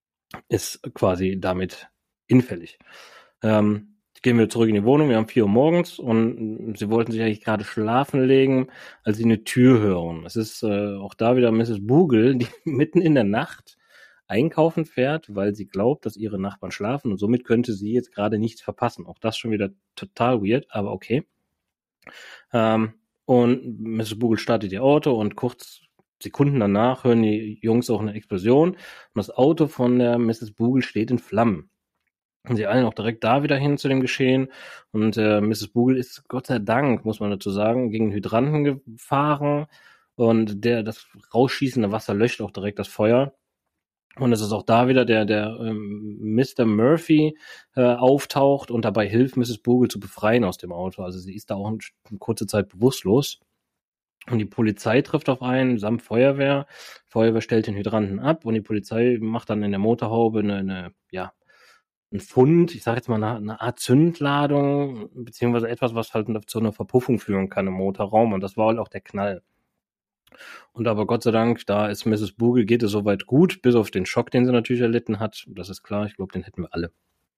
Speaker 1: ist quasi damit hinfällig. Ähm, gehen wir zurück in die Wohnung, wir haben vier Uhr morgens und sie wollten sich eigentlich gerade schlafen legen, als sie eine Tür hören. Es ist äh, auch da wieder Misses Bugle, die mitten in der Nacht einkaufen fährt, weil sie glaubt, dass ihre Nachbarn schlafen und somit könnte sie jetzt gerade nichts verpassen. Auch das schon wieder total weird, aber okay. Ähm, und Misses Bugle startet ihr Auto und kurz Sekunden danach hören die Jungs auch eine Explosion und das Auto von der Misses Bugle steht in Flammen. Und sie eilen auch direkt da wieder hin zu dem Geschehen und äh, Misses Bugle ist Gott sei Dank, muss man dazu sagen, gegen den Hydranten gefahren und der das rausschießende Wasser löscht auch direkt das Feuer. Und es ist auch da wieder der der ähm, Mister Murphy äh, auftaucht und dabei hilft, Misses Bugle zu befreien aus dem Auto. Also sie ist da auch eine, eine kurze Zeit bewusstlos. Und die Polizei trifft auf einen, samt Feuerwehr. Feuerwehr stellt den Hydranten ab und die Polizei macht dann in der Motorhaube eine, eine ja, ein Fund, ich sage jetzt mal eine, eine Art Zündladung, beziehungsweise etwas, was halt zu einer Verpuffung führen kann im Motorraum. Und das war halt auch der Knall. Und aber Gott sei Dank, da ist Misses Bugle, geht es soweit gut, bis auf den Schock, den sie natürlich erlitten hat. Das ist klar, ich glaube, den hätten wir alle.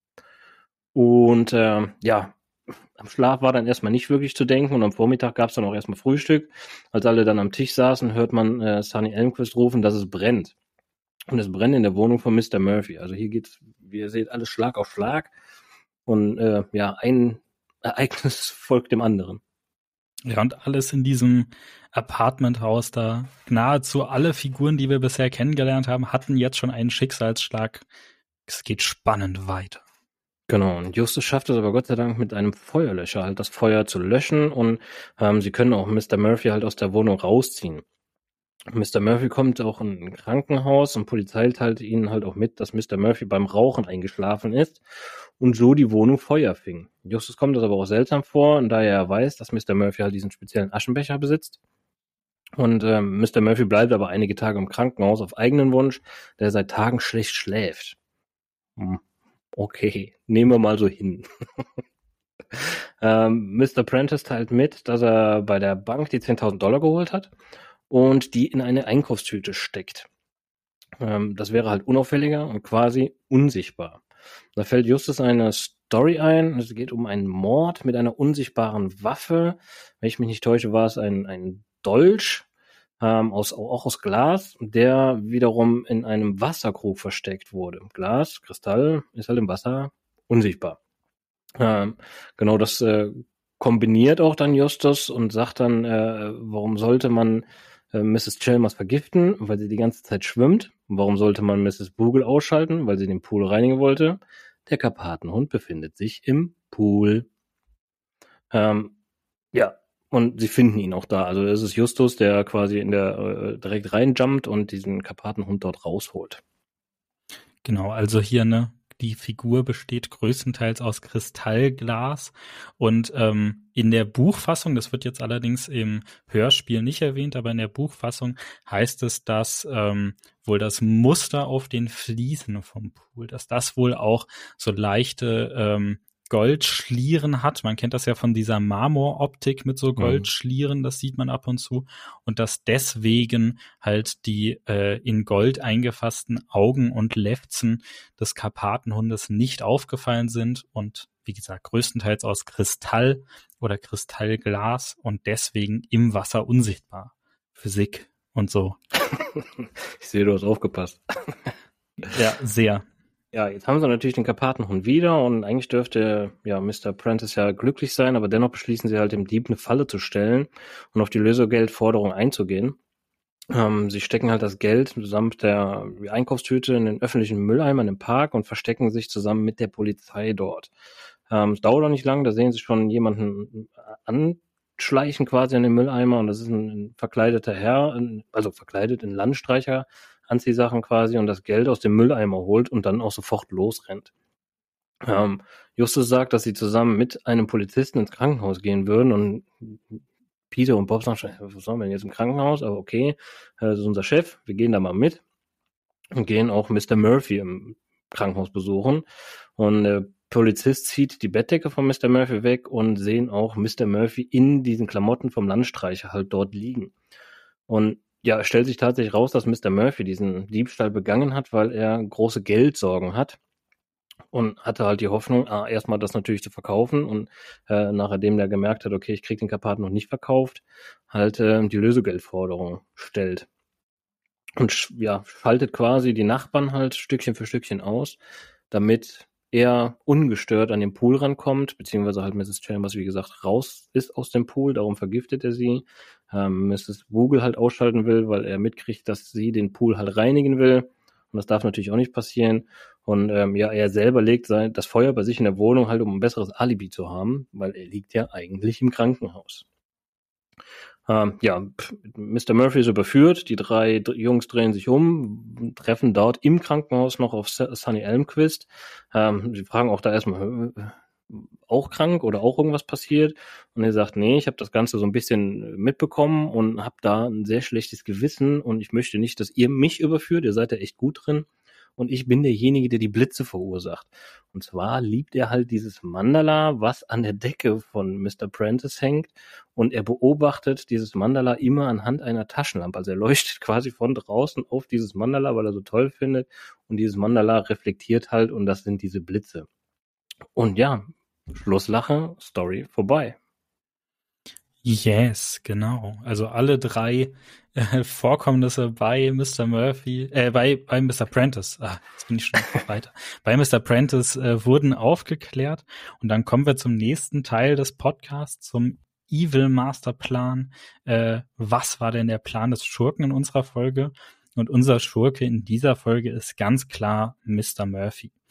Speaker 1: Und äh, ja, am Schlaf war dann erstmal nicht wirklich zu denken und am Vormittag gab es dann auch erstmal Frühstück. Als alle dann am Tisch saßen, hört man äh, Sonny Elmquist rufen, dass es brennt. Und es brennt in der Wohnung von Mister Murphy. Also hier geht's, wie ihr seht, alles Schlag auf Schlag. Und äh, ja, ein Ereignis folgt dem anderen.
Speaker 2: Ja, und alles in diesem Apartmenthaus da. Nahezu alle Figuren, die wir bisher kennengelernt haben, hatten jetzt schon einen Schicksalsschlag. Es geht spannend weiter.
Speaker 1: Genau, und Justus schafft es aber Gott sei Dank mit einem Feuerlöscher halt das Feuer zu löschen und ähm, sie können auch Mister Murphy halt aus der Wohnung rausziehen. Mister Murphy kommt auch in ein Krankenhaus und Polizei teilt ihnen halt auch mit, dass Mister Murphy beim Rauchen eingeschlafen ist und so die Wohnung Feuer fing. Justus kommt das aber auch seltsam vor, und da er weiß, dass Mister Murphy halt diesen speziellen Aschenbecher besitzt. Und ähm, Mister Murphy bleibt aber einige Tage im Krankenhaus auf eigenen Wunsch, da er seit Tagen schlecht schläft. Hm, okay, nehmen wir mal so hin. ähm, Mister Prentice teilt mit, dass er bei der Bank die zehntausend Dollar geholt hat und die in eine Einkaufstüte steckt. Ähm, das wäre halt unauffälliger und quasi unsichtbar. Da fällt Justus eine Story ein. Es geht um einen Mord mit einer unsichtbaren Waffe. Wenn ich mich nicht täusche, war es ein, ein Dolch, ähm, aus, auch aus Glas, der wiederum in einem Wasserkrug versteckt wurde. Glas, Kristall, ist halt im Wasser unsichtbar. Ähm, genau, das äh, kombiniert auch dann Justus und sagt dann, äh, warum sollte man äh, Misses Chalmers vergiften, weil sie die ganze Zeit schwimmt. Und warum sollte man Misses Bogle ausschalten, weil sie den Pool reinigen wollte. Der Karpatenhund befindet sich im Pool. Ähm, ja, und sie finden ihn auch da. Also es ist Justus, der quasi in der äh, direkt reinjumpt und diesen Karpatenhund dort rausholt.
Speaker 2: Genau, also hier, ne, die Figur besteht größtenteils aus Kristallglas und ähm, in der Buchfassung, das wird jetzt allerdings im Hörspiel nicht erwähnt, aber in der Buchfassung heißt es, dass ähm, wohl das Muster auf den Fliesen vom Pool, dass das wohl auch so leichte ähm, Goldschlieren hat. Man kennt das ja von dieser Marmoroptik mit so Goldschlieren, das sieht man ab und zu. Und dass deswegen halt die äh, in Gold eingefassten Augen und Lefzen des Karpatenhundes nicht aufgefallen sind und wie gesagt größtenteils aus Kristall oder Kristallglas und deswegen im Wasser unsichtbar. Physik und so.
Speaker 1: Ich sehe, du hast aufgepasst.
Speaker 2: Ja, sehr.
Speaker 1: Ja, jetzt haben sie natürlich den Karpatenhund wieder und eigentlich dürfte ja Mister Prentice ja glücklich sein, aber dennoch beschließen sie halt dem Dieb eine Falle zu stellen und auf die Lösegeldforderung einzugehen. Ähm, sie stecken halt das Geld samt der Einkaufstüte in den öffentlichen Mülleimern im Park und verstecken sich zusammen mit der Polizei dort. Ähm, es dauert auch nicht lang, da sehen sie schon jemanden anschleichen quasi an den Mülleimer und das ist ein verkleideter Herr, also verkleidet in Landstreicher. Anziehsachen quasi und das Geld aus dem Mülleimer holt und dann auch sofort losrennt. Ähm, Justus sagt, dass sie zusammen mit einem Polizisten ins Krankenhaus gehen würden und Peter und Bob sagen schon, was sollen wir denn jetzt im Krankenhaus? Aber okay, das ist unser Chef, wir gehen da mal mit und gehen auch Mister Murphy im Krankenhaus besuchen und der Polizist zieht die Bettdecke von Mister Murphy weg und sehen auch Mister Murphy in diesen Klamotten vom Landstreicher halt dort liegen. Und ja, es stellt sich tatsächlich raus, dass Mister Murphy diesen Diebstahl begangen hat, weil er große Geldsorgen hat und hatte halt die Hoffnung, ah, erstmal das natürlich zu verkaufen und äh, nachdem der gemerkt hat, okay, ich krieg den Karpaten noch nicht verkauft, halt äh, die Lösegeldforderung stellt. Und ja, schaltet quasi die Nachbarn halt Stückchen für Stückchen aus, damit er ungestört an den Pool rankommt, beziehungsweise halt Misses Chalmers, wie gesagt, raus ist aus dem Pool, darum vergiftet er sie. Ähm, Misses Bogle halt ausschalten will, weil er mitkriegt, dass sie den Pool halt reinigen will. Und das darf natürlich auch nicht passieren. Und ähm, ja, er selber legt sein, das Feuer bei sich in der Wohnung halt, um ein besseres Alibi zu haben, weil er liegt ja eigentlich im Krankenhaus. Ähm, ja, Mister Murphy ist überführt, die drei Jungs drehen sich um, treffen dort im Krankenhaus noch auf Sonny Elmquist. Ähm, sie fragen auch da erstmal, auch krank oder auch irgendwas passiert? Und er sagt, nee, ich habe das Ganze so ein bisschen mitbekommen und habe da ein sehr schlechtes Gewissen und ich möchte nicht, dass ihr mich überführt, ihr seid ja echt gut drin. Und ich bin derjenige, der die Blitze verursacht. Und zwar liebt er halt dieses Mandala, was an der Decke von Mister Prentice hängt. Und er beobachtet dieses Mandala immer anhand einer Taschenlampe. Also er leuchtet quasi von draußen auf dieses Mandala, weil er so toll findet. Und dieses Mandala reflektiert halt und das sind diese Blitze. Und ja, Schlusslache, Story vorbei.
Speaker 2: Yes, genau. Also alle drei äh, Vorkommnisse bei Mister Murphy, äh, bei, bei Mister Prentice, ah, jetzt bin ich schon weiter, bei Mister Prentice äh, wurden aufgeklärt. Und dann kommen wir zum nächsten Teil des Podcasts, zum Evil Masterplan. Äh, was war denn der Plan des Schurken in unserer Folge? Und unser Schurke in dieser Folge ist ganz klar Mister Murphy.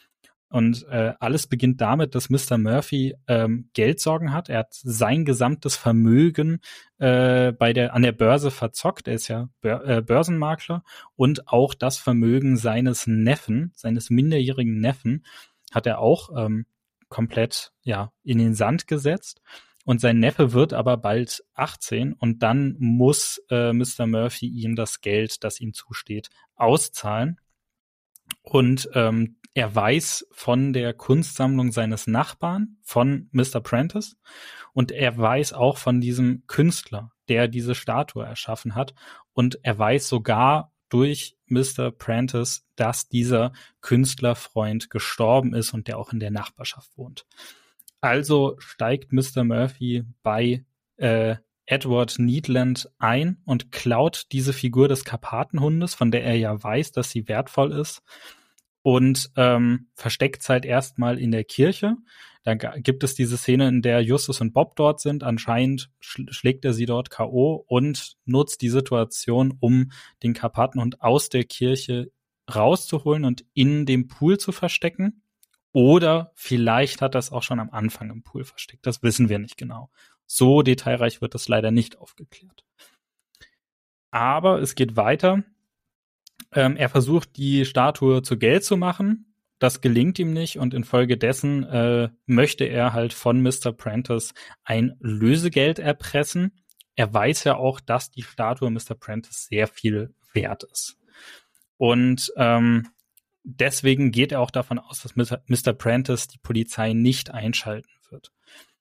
Speaker 2: Und äh, alles beginnt damit, dass Mister Murphy ähm, Geldsorgen hat. Er hat sein gesamtes Vermögen äh, bei der an der Börse verzockt. Er ist ja Bör- äh, Börsenmakler. Und auch das Vermögen seines Neffen, seines minderjährigen Neffen, hat er auch ähm, komplett ja in den Sand gesetzt. Und sein Neffe wird aber bald achtzehn und dann muss äh, Mister Murphy ihm das Geld, das ihm zusteht, auszahlen. Und ähm, er weiß von der Kunstsammlung seines Nachbarn, von Mister Prentice, und er weiß auch von diesem Künstler, der diese Statue erschaffen hat. Und er weiß sogar durch Mister Prentice, dass dieser Künstlerfreund gestorben ist und der auch in der Nachbarschaft wohnt. Also steigt Mister Murphy bei äh, Edward Needland ein und klaut diese Figur des Karpatenhundes, von der er ja weiß, dass sie wertvoll ist, und ähm, versteckt halt erstmal in der Kirche. Dann gibt es diese Szene, in der Justus und Bob dort sind. Anscheinend sch- schlägt er sie dort K O und nutzt die Situation, um den Karpatenhund aus der Kirche rauszuholen und in dem Pool zu verstecken. Oder vielleicht hat er es auch schon am Anfang im Pool versteckt. Das wissen wir nicht genau. So detailreich wird das leider nicht aufgeklärt. Aber es geht weiter. Ähm, er versucht, die Statue zu Geld zu machen. Das gelingt ihm nicht und infolgedessen äh, möchte er halt von Mister Prentice ein Lösegeld erpressen. Er weiß ja auch, dass die Statue Mister Prentice sehr viel wert ist. Und ähm, deswegen geht er auch davon aus, dass Mister Prentice die Polizei nicht einschalten wird.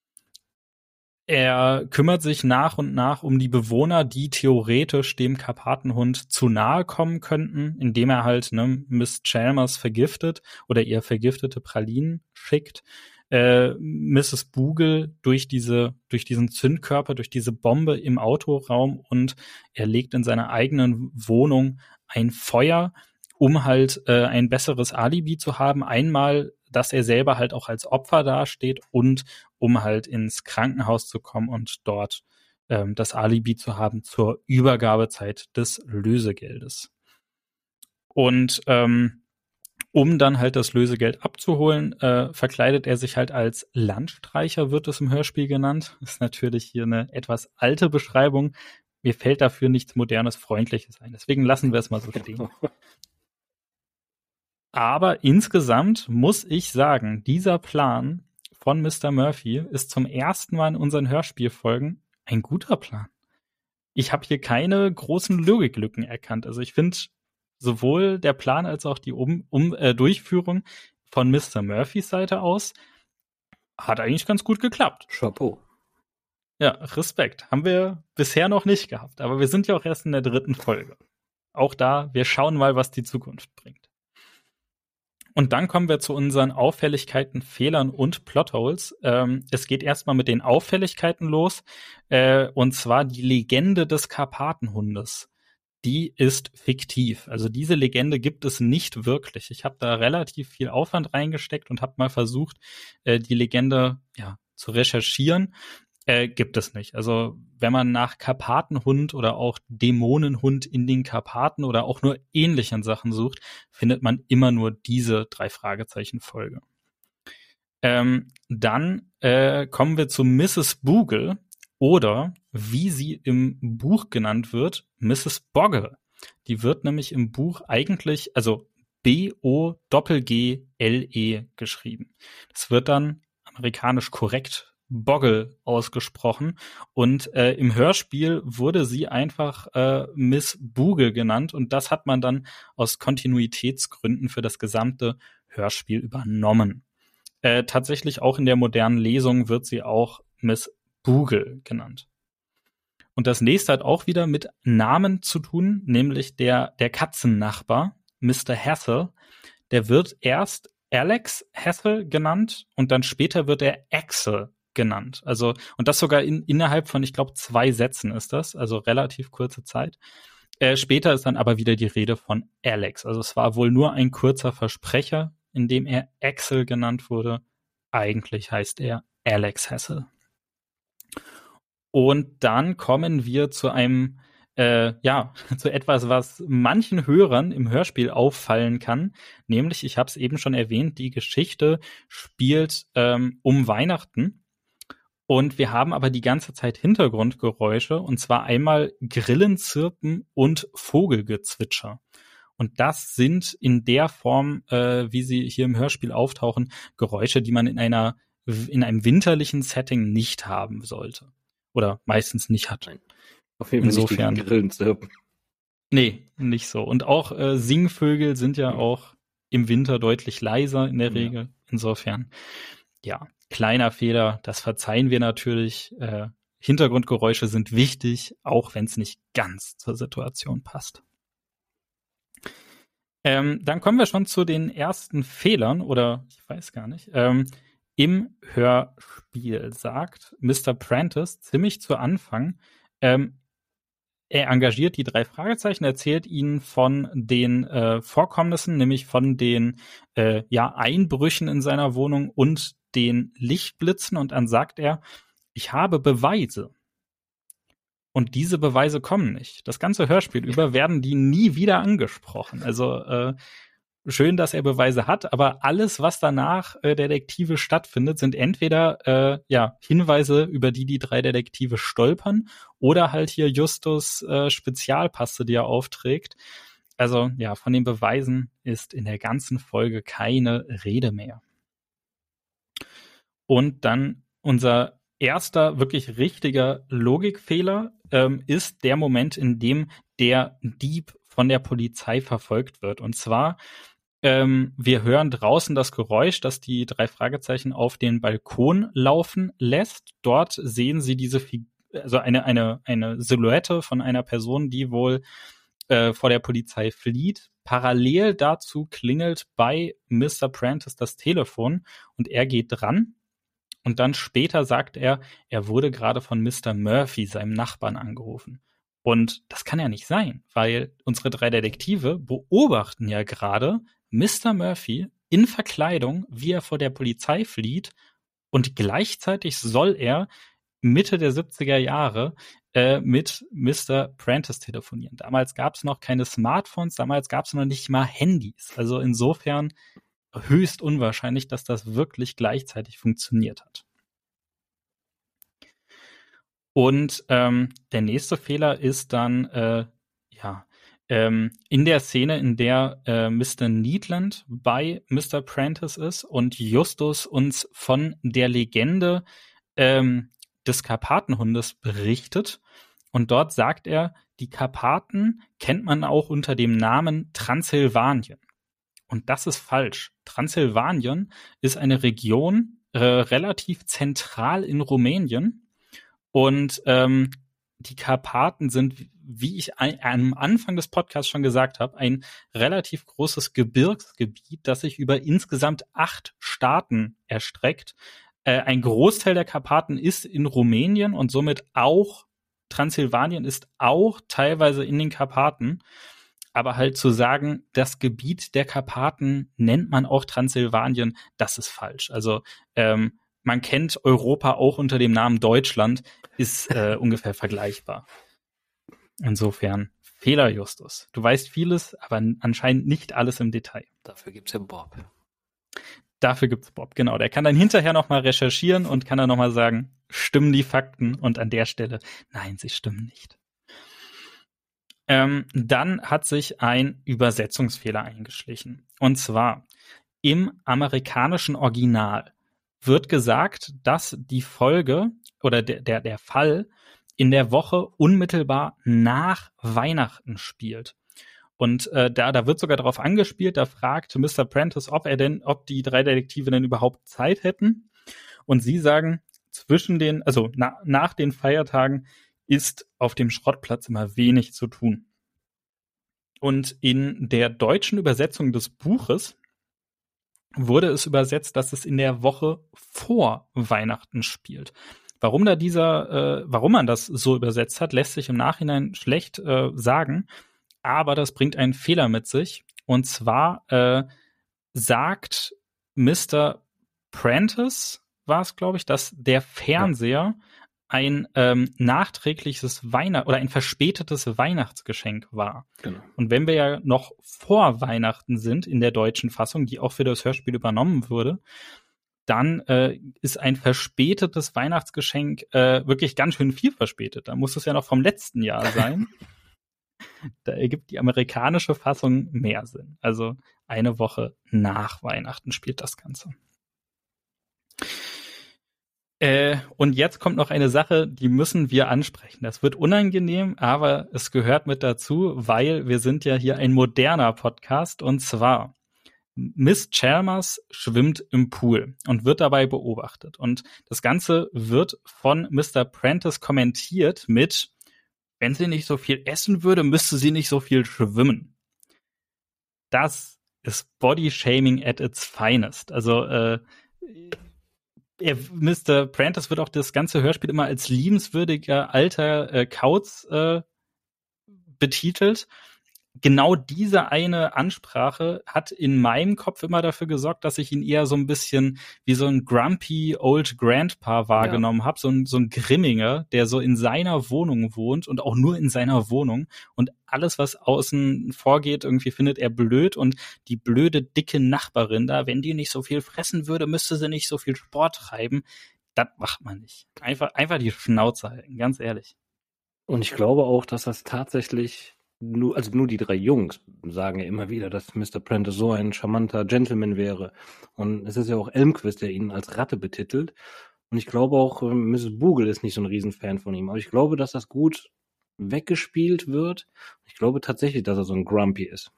Speaker 2: Er kümmert sich nach und nach um die Bewohner, die theoretisch dem Karpatenhund zu nahe kommen könnten, indem er halt ne, Miss Chalmers vergiftet oder ihr vergiftete Pralinen schickt. Äh, Misses Bugle durch diese, durch diesen Zündkörper, durch diese Bombe im Autoraum, und er legt in seiner eigenen Wohnung ein Feuer, um halt äh, ein besseres Alibi zu haben. Einmal, dass er selber halt auch als Opfer dasteht und um halt ins Krankenhaus zu kommen und dort ähm, das Alibi zu haben zur Übergabezeit des Lösegeldes. Und ähm, um dann halt das Lösegeld abzuholen, äh, verkleidet er sich halt als Landstreicher, wird es im Hörspiel genannt. Das ist natürlich hier eine etwas alte Beschreibung. Mir fällt dafür nichts Modernes, Freundliches ein. Deswegen lassen wir es mal so stehen. Aber insgesamt muss ich sagen, dieser Plan von Mister Murphy ist zum ersten Mal in unseren Hörspielfolgen ein guter Plan. Ich habe hier keine großen Logiklücken erkannt. Also ich finde sowohl der Plan als auch die um, um, äh, Durchführung von Mister Murphys Seite aus hat eigentlich ganz gut geklappt.
Speaker 1: Chapeau.
Speaker 2: Ja, Respekt. Haben wir bisher noch nicht gehabt. Aber wir sind ja auch erst in der dritten Folge. Auch da, wir schauen mal, was die Zukunft bringt. Und dann kommen wir zu unseren Auffälligkeiten, Fehlern und Plotholes. Ähm, es geht erstmal mit den Auffälligkeiten los. Äh, und zwar die Legende des Karpatenhundes. Die ist fiktiv. Also diese Legende gibt es nicht wirklich. Ich habe da relativ viel Aufwand reingesteckt und habe mal versucht, äh, die Legende ja zu recherchieren. Äh, gibt es nicht. Also wenn man nach Karpatenhund oder auch Dämonenhund in den Karpaten oder auch nur ähnlichen Sachen sucht, findet man immer nur diese drei Fragezeichen Folge. Ähm, dann äh, kommen wir zu Misses Bugle oder wie sie im Buch genannt wird, Misses Boggle. Die wird nämlich im Buch eigentlich, also B O G G L E geschrieben. Das wird dann amerikanisch korrekt Boggle ausgesprochen und äh, im Hörspiel wurde sie einfach äh, Miss Bugle genannt und das hat man dann aus Kontinuitätsgründen für das gesamte Hörspiel übernommen. Äh, tatsächlich auch in der modernen Lesung wird sie auch Miss Bugle genannt. Und das nächste hat auch wieder mit Namen zu tun, nämlich der, der Katzennachbar, Mister Hassel. Der wird erst Alex Hassel genannt und dann später wird er Axel genannt. Also, und das sogar in, innerhalb von, ich glaube, zwei Sätzen ist das, also relativ kurze Zeit. Äh, später ist dann aber wieder die Rede von Alex. Also es war wohl nur ein kurzer Versprecher, in dem er Axel genannt wurde. Eigentlich heißt er Alex Hassel. Und dann kommen wir zu einem äh, ja, zu etwas, was manchen Hörern im Hörspiel auffallen kann. Nämlich, ich habe es eben schon erwähnt, die Geschichte spielt ähm, um Weihnachten. Und wir haben aber die ganze Zeit Hintergrundgeräusche, und zwar einmal Grillenzirpen und Vogelgezwitscher. Und das sind in der Form, äh, wie sie hier im Hörspiel auftauchen, Geräusche, die man in einer in einem winterlichen Setting nicht haben sollte. Oder meistens nicht hat.
Speaker 1: Nein. Auf jeden Fall
Speaker 2: Insofern.
Speaker 1: Nicht die Grillenzirpen.
Speaker 2: Nee, nicht so. Und auch äh, Singvögel sind ja auch im Winter deutlich leiser in der Regel. Ja. Insofern, ja, kleiner Fehler, das verzeihen wir natürlich. Äh, Hintergrundgeräusche sind wichtig, auch wenn es nicht ganz zur Situation passt. Ähm, dann kommen wir schon zu den ersten Fehlern, oder ich weiß gar nicht. Ähm, Im Hörspiel sagt Mister Prentice ziemlich zu Anfang, ähm, er engagiert die drei Fragezeichen, erzählt ihnen von den äh, Vorkommnissen, nämlich von den äh, ja, Einbrüchen in seiner Wohnung und den Lichtblitzen, und dann sagt er, ich habe Beweise. Und diese Beweise kommen nicht. Das ganze Hörspiel über werden die nie wieder angesprochen. Also äh, schön, dass er Beweise hat, aber alles, was danach äh, Detektive stattfindet, sind entweder äh, ja Hinweise, über die die drei Detektive stolpern, oder halt hier Justus äh, Spezialpaste, die er aufträgt. Also ja, von den Beweisen ist in der ganzen Folge keine Rede mehr. Und dann unser erster wirklich richtiger Logikfehler ähm, ist der Moment, in dem der Dieb von der Polizei verfolgt wird. Und zwar, ähm, wir hören draußen das Geräusch, das die drei Fragezeichen auf den Balkon laufen lässt. Dort sehen sie diese, Fig- also eine, eine, eine Silhouette von einer Person, die wohl äh, vor der Polizei flieht. Parallel dazu klingelt bei Mister Prentice das Telefon und er geht dran. Und dann später sagt er, er wurde gerade von Mister Murphy, seinem Nachbarn, angerufen. Und das kann ja nicht sein, weil unsere drei Detektive beobachten ja gerade Mister Murphy in Verkleidung, wie er vor der Polizei flieht, und gleichzeitig soll er Mitte der siebziger Jahre äh, mit Mister Prentice telefonieren. Damals gab es noch keine Smartphones, damals gab es noch nicht mal Handys. Also insofern höchst unwahrscheinlich, dass das wirklich gleichzeitig funktioniert hat. Und ähm, der nächste Fehler ist dann, äh, ja, ähm, in der Szene, in der äh, Mister Needland bei Mister Prentice ist und Justus uns von der Legende ähm, des Karpatenhundes berichtet. Und dort sagt er, die Karpaten kennt man auch unter dem Namen Transsilvanien. Und das ist falsch. Transsilvanien ist eine Region äh, relativ zentral in Rumänien. Und ähm, die Karpaten sind, wie ich ein, am Anfang des Podcasts schon gesagt habe, ein relativ großes Gebirgsgebiet, das sich über insgesamt acht Staaten erstreckt. Äh, ein Großteil der Karpaten ist in Rumänien und somit auch Transsilvanien ist auch teilweise in den Karpaten. Aber halt zu sagen, das Gebiet der Karpaten nennt man auch Transsilvanien, das ist falsch. Also ähm, man kennt Europa auch unter dem Namen Deutschland, ist äh, ungefähr vergleichbar. Insofern, Fehler, Justus. Du weißt vieles, aber anscheinend nicht alles im Detail.
Speaker 1: Dafür gibt's ja Bob.
Speaker 2: Dafür gibt's Bob, genau. Der kann dann hinterher nochmal recherchieren und kann dann nochmal sagen, stimmen die Fakten? Und an der Stelle, nein, sie stimmen nicht. Ähm, dann hat sich ein Übersetzungsfehler eingeschlichen. Und zwar im amerikanischen Original wird gesagt, dass die Folge oder der, der, der Fall in der Woche unmittelbar nach Weihnachten spielt. Und äh, da, da wird sogar darauf angespielt, da fragt Mister Prentice, ob er denn, ob die drei Detektive denn überhaupt Zeit hätten. Und sie sagen, zwischen den, also na, nach den Feiertagen ist auf dem Schrottplatz immer wenig zu tun. Und in der deutschen Übersetzung des Buches wurde es übersetzt, dass es in der Woche vor Weihnachten spielt. Warum da dieser, äh, warum man das so übersetzt hat, lässt sich im Nachhinein schlecht äh, sagen. Aber das bringt einen Fehler mit sich. Und zwar äh, sagt Mister Prentice, war es, glaube ich, dass der Fernseher ja. ein ähm, nachträgliches Weihnacht oder ein verspätetes Weihnachtsgeschenk war.
Speaker 1: Genau.
Speaker 2: Und wenn wir ja noch vor Weihnachten sind in der deutschen Fassung, die auch für das Hörspiel übernommen wurde, dann äh, ist ein verspätetes Weihnachtsgeschenk äh, wirklich ganz schön viel verspätet. Da muss es ja noch vom letzten Jahr sein. Da ergibt die amerikanische Fassung mehr Sinn. Also eine Woche nach Weihnachten spielt das Ganze. Äh, und jetzt kommt noch eine Sache, die müssen wir ansprechen. Das wird unangenehm, aber es gehört mit dazu, weil wir sind ja hier ein moderner Podcast. Und zwar Miss Chalmers schwimmt im Pool und wird dabei beobachtet. Und das Ganze wird von Mister Prentice kommentiert mit: Wenn sie nicht so viel essen würde, müsste sie nicht so viel schwimmen. Das ist Body-Shaming at its finest. Also äh, er, Mister Prentice wird auch das ganze Hörspiel immer als liebenswürdiger alter äh, Kauz äh, betitelt. Genau diese eine Ansprache hat in meinem Kopf immer dafür gesorgt, dass ich ihn eher so ein bisschen wie so ein grumpy old grandpa wahrgenommen ja. habe, so ein, so ein Grimminger, der so in seiner Wohnung wohnt und auch nur in seiner Wohnung und alles, was außen vorgeht, irgendwie findet er blöd und die blöde, dicke Nachbarin da, wenn die nicht so viel fressen würde, müsste sie nicht so viel Sport treiben. Das macht man nicht. Einfach, einfach die Schnauze halten, ganz ehrlich.
Speaker 1: Und ich glaube auch, dass das tatsächlich Nur, also nur die drei Jungs sagen ja immer wieder, dass Mister Prentice so ein charmanter Gentleman wäre. Und es ist ja auch Elmquist, der ihn als Ratte betitelt. Und ich glaube auch, äh, Misses Bogle ist nicht so ein Riesenfan von ihm. Aber ich glaube, dass das gut weggespielt wird. Ich glaube tatsächlich, dass er so ein Grumpy ist.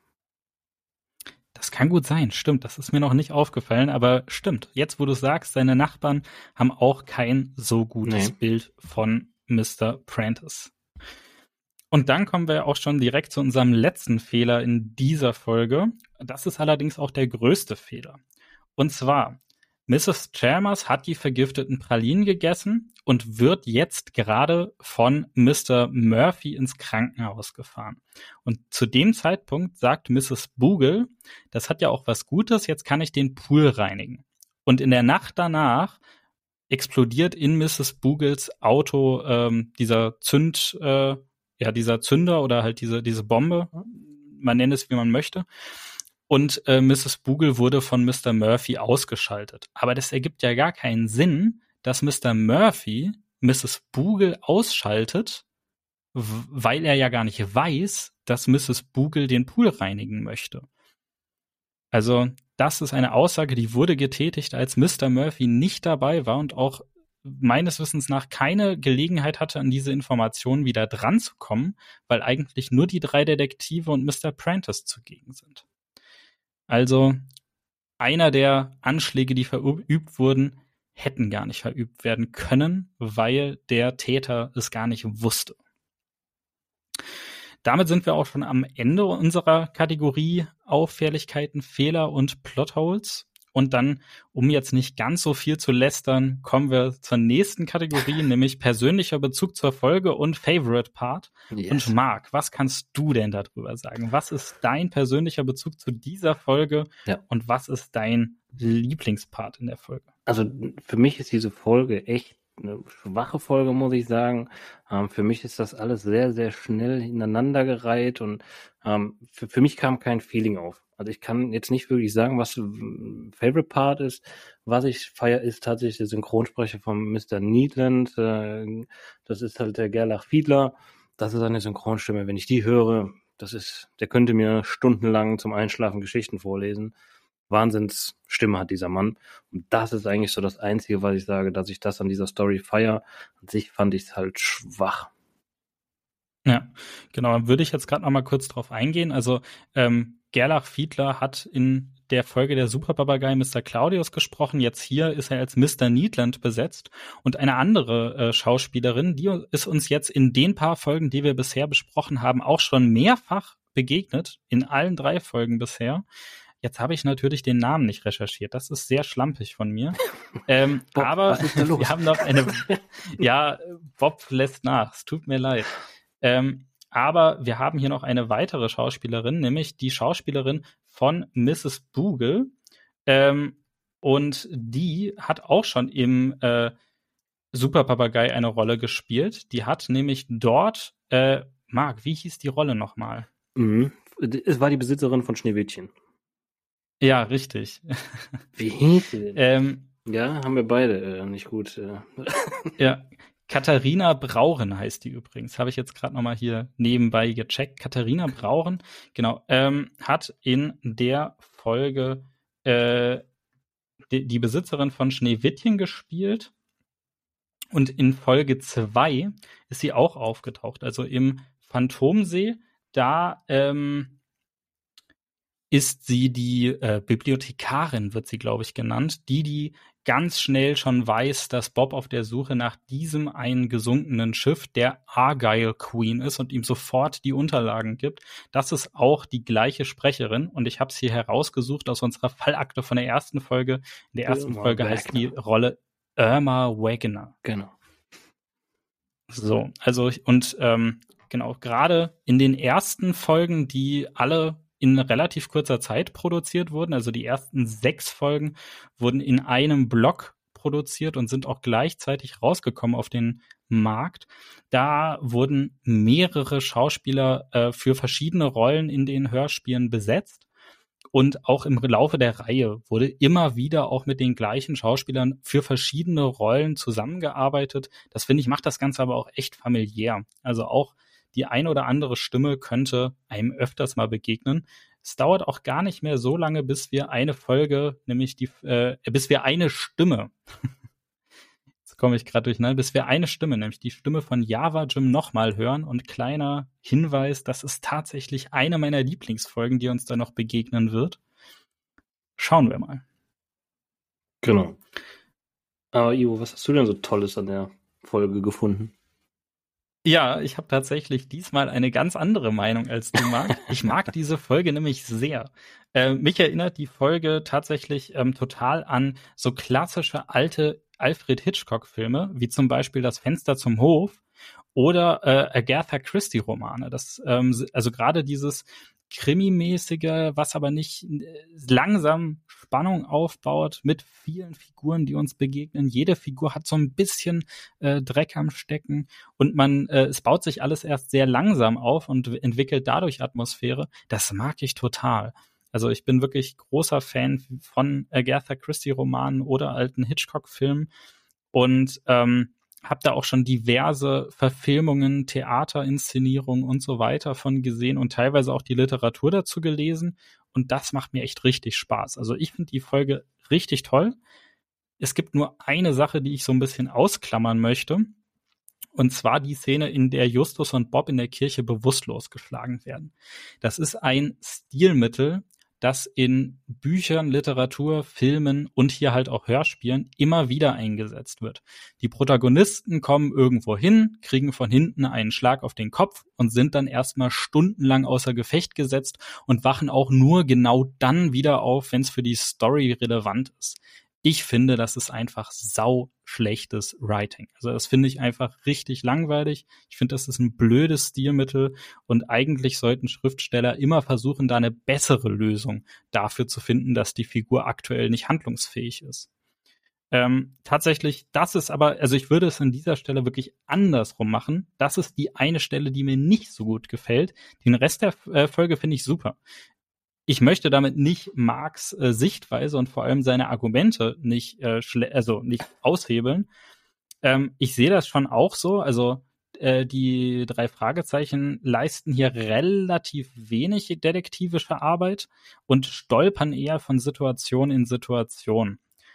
Speaker 2: Das kann gut sein, stimmt. Das ist mir noch nicht aufgefallen, aber stimmt. Jetzt, wo du sagst, seine Nachbarn haben auch kein so gutes
Speaker 1: Nee.
Speaker 2: Bild von Mister Prentice. Und dann kommen wir auch schon direkt zu unserem letzten Fehler in dieser Folge. Das ist allerdings auch der größte Fehler. Und zwar, Misses Chalmers hat die vergifteten Pralinen gegessen und wird jetzt gerade von Mister Murphy ins Krankenhaus gefahren. Und zu dem Zeitpunkt sagt Misses Bogle, das hat ja auch was Gutes, jetzt kann ich den Pool reinigen. Und in der Nacht danach explodiert in Misses Bugles Auto ähm, dieser Zünd... Äh, ja, dieser Zünder oder halt diese, diese Bombe, man nennt es, wie man möchte. Und äh, Misses Bogle wurde von Mister Murphy ausgeschaltet. Aber das ergibt ja gar keinen Sinn, dass Mister Murphy Misses Bogle ausschaltet, w- weil er ja gar nicht weiß, dass Misses Bogle den Pool reinigen möchte. Also das ist eine Aussage, die wurde getätigt, als Mister Murphy nicht dabei war und auch meines Wissens nach keine Gelegenheit hatte, an diese Informationen wieder dran zu kommen, weil eigentlich nur die drei Detektive und Mister Prentice zugegen sind. Also einer der Anschläge, die verübt wurden, hätten gar nicht verübt werden können, weil der Täter es gar nicht wusste. Damit sind wir auch schon am Ende unserer Kategorie Auffälligkeiten, Fehler und Plotholes. Und dann, um jetzt nicht ganz so viel zu lästern, kommen wir zur nächsten Kategorie, nämlich persönlicher Bezug zur Folge und Favorite Part. Yes. Und Marc, was kannst du denn darüber sagen? Was ist dein persönlicher Bezug zu dieser Folge ja. und was ist dein Lieblingspart in der Folge?
Speaker 1: Also für mich ist diese Folge echt eine schwache Folge, muss ich sagen. Ähm, für mich ist das alles sehr, sehr schnell ineinandergereiht und ähm, für, für mich kam kein Feeling auf. Also ich kann jetzt nicht wirklich sagen, was Favorite Part ist. Was ich feiere, ist tatsächlich der Synchronsprecher von Mister Needland. Äh, das ist halt der Gerlach Fiedler. Das ist eine Synchronstimme. Wenn ich die höre, das ist, der könnte mir stundenlang zum Einschlafen Geschichten vorlesen. Wahnsinnsstimme hat dieser Mann. Und das ist eigentlich so das Einzige, was ich sage, dass ich das an dieser Story feiere. An sich fand ich es halt schwach.
Speaker 2: Ja, genau. Dann würde ich jetzt gerade noch mal kurz drauf eingehen. Also ähm, Gerlach Fiedler hat in der Folge der Superpapagei Mister Claudius gesprochen. Jetzt hier ist er als Mister Needland besetzt. Und eine andere äh, Schauspielerin, die ist uns jetzt in den paar Folgen, die wir bisher besprochen haben, auch schon mehrfach begegnet. In allen drei Folgen bisher. Jetzt habe ich natürlich den Namen nicht recherchiert. Das ist sehr schlampig von mir. ähm, Bob, aber wir haben noch eine... ja, Bob lässt nach. Es tut mir leid. Ähm, aber wir haben hier noch eine weitere Schauspielerin, nämlich die Schauspielerin von Misses Bogle. Ähm, und die hat auch schon im äh, Super Papagei eine Rolle gespielt. Die hat nämlich dort, äh, Marc, wie hieß die Rolle nochmal?
Speaker 1: Mhm. Es war die Besitzerin von Schneewittchen.
Speaker 2: Ja, richtig.
Speaker 1: Wie hieß sie denn?
Speaker 2: ähm,
Speaker 1: Ja, haben wir beide äh, nicht gut. Äh.
Speaker 2: Ja, Katharina Brauren heißt die übrigens. Habe ich jetzt gerade noch mal hier nebenbei gecheckt. Katharina Brauren, genau, ähm, hat in der Folge äh, die, die Besitzerin von Schneewittchen gespielt. Und in Folge zwei ist sie auch aufgetaucht. Also im Phantomsee, da ähm, ist sie die äh, Bibliothekarin, wird sie, glaube ich, genannt, die, die ganz schnell schon weiß, dass Bob auf der Suche nach diesem einen gesunkenen Schiff, der Argyle Queen ist und ihm sofort die Unterlagen gibt. Das ist auch die gleiche Sprecherin und ich habe es hier herausgesucht aus unserer Fallakte von der ersten Folge. In der ersten
Speaker 1: Irma
Speaker 2: Folge
Speaker 1: Wagner.
Speaker 2: heißt die Rolle Irma Wagner.
Speaker 1: Genau.
Speaker 2: So, also und ähm, genau, gerade in den ersten Folgen, die alle in relativ kurzer Zeit produziert wurden, also die ersten sechs Folgen wurden in einem Block produziert und sind auch gleichzeitig rausgekommen auf den Markt. Da wurden mehrere Schauspieler äh, für verschiedene Rollen in den Hörspielen besetzt. Und auch im Laufe der Reihe wurde immer wieder auch mit den gleichen Schauspielern für verschiedene Rollen zusammengearbeitet. Das finde ich, macht das Ganze aber auch echt familiär. Also auch die eine oder andere Stimme könnte einem öfters mal begegnen. Es dauert auch gar nicht mehr so lange, bis wir eine Folge, nämlich die, äh, bis wir eine Stimme, jetzt komme ich gerade durcheinander, bis wir eine Stimme, nämlich die Stimme von Java Jim nochmal hören. Und kleiner Hinweis, das ist tatsächlich eine meiner Lieblingsfolgen, die uns da noch begegnen wird. Schauen wir mal.
Speaker 1: Genau. Aber Ivo, was hast du denn so Tolles an der Folge gefunden?
Speaker 2: Ja, ich habe tatsächlich diesmal eine ganz andere Meinung als du, Marc. Ich mag diese Folge nämlich sehr. Äh, mich erinnert die Folge tatsächlich ähm, total an so klassische alte Alfred Hitchcock-Filme, wie zum Beispiel Das Fenster zum Hof oder äh, Agatha Christie-Romane. Das, ähm, also gerade dieses Krimi-mäßige, was aber nicht äh, langsam Spannung aufbaut mit vielen Figuren, die uns begegnen. Jede Figur hat so ein bisschen äh, Dreck am Stecken und man, äh, es baut sich alles erst sehr langsam auf und entwickelt dadurch Atmosphäre. Das mag ich total. Also ich bin wirklich großer Fan von Agatha Christie-Romanen oder alten Hitchcock-Filmen und ähm, habe da auch schon diverse Verfilmungen, Theaterinszenierungen und so weiter von gesehen und teilweise auch die Literatur dazu gelesen. Und das macht mir echt richtig Spaß. Also ich finde die Folge richtig toll. Es gibt nur eine Sache, die ich so ein bisschen ausklammern möchte. Und zwar die Szene, in der Justus und Bob in der Kirche bewusstlos geschlagen werden. Das ist ein Stilmittel, das in Büchern, Literatur, Filmen und hier halt auch Hörspielen immer wieder eingesetzt wird. Die Protagonisten kommen irgendwo hin, kriegen von hinten einen Schlag auf den Kopf und sind dann erstmal stundenlang außer Gefecht gesetzt und wachen auch nur genau dann wieder auf, wenn es für die Story relevant ist. Ich finde, das ist einfach sau schlechtes Writing. Also das finde ich einfach richtig langweilig. Ich finde, das ist ein blödes Stilmittel und eigentlich sollten Schriftsteller immer versuchen, da eine bessere Lösung dafür zu finden, dass die Figur aktuell nicht handlungsfähig ist. Ähm, tatsächlich, das ist aber, also ich würde es an dieser Stelle wirklich andersrum machen. Das ist die eine Stelle, die mir nicht so gut gefällt. Den Rest der äh, Folge finde ich super. Ich möchte damit nicht Marx äh, Sichtweise und vor allem seine Argumente nicht, äh, schle- also nicht aushebeln. Ähm, ich sehe das schon auch so. Also äh, die drei Fragezeichen leisten hier relativ wenig detektivische Arbeit und stolpern eher von Situation in Situation.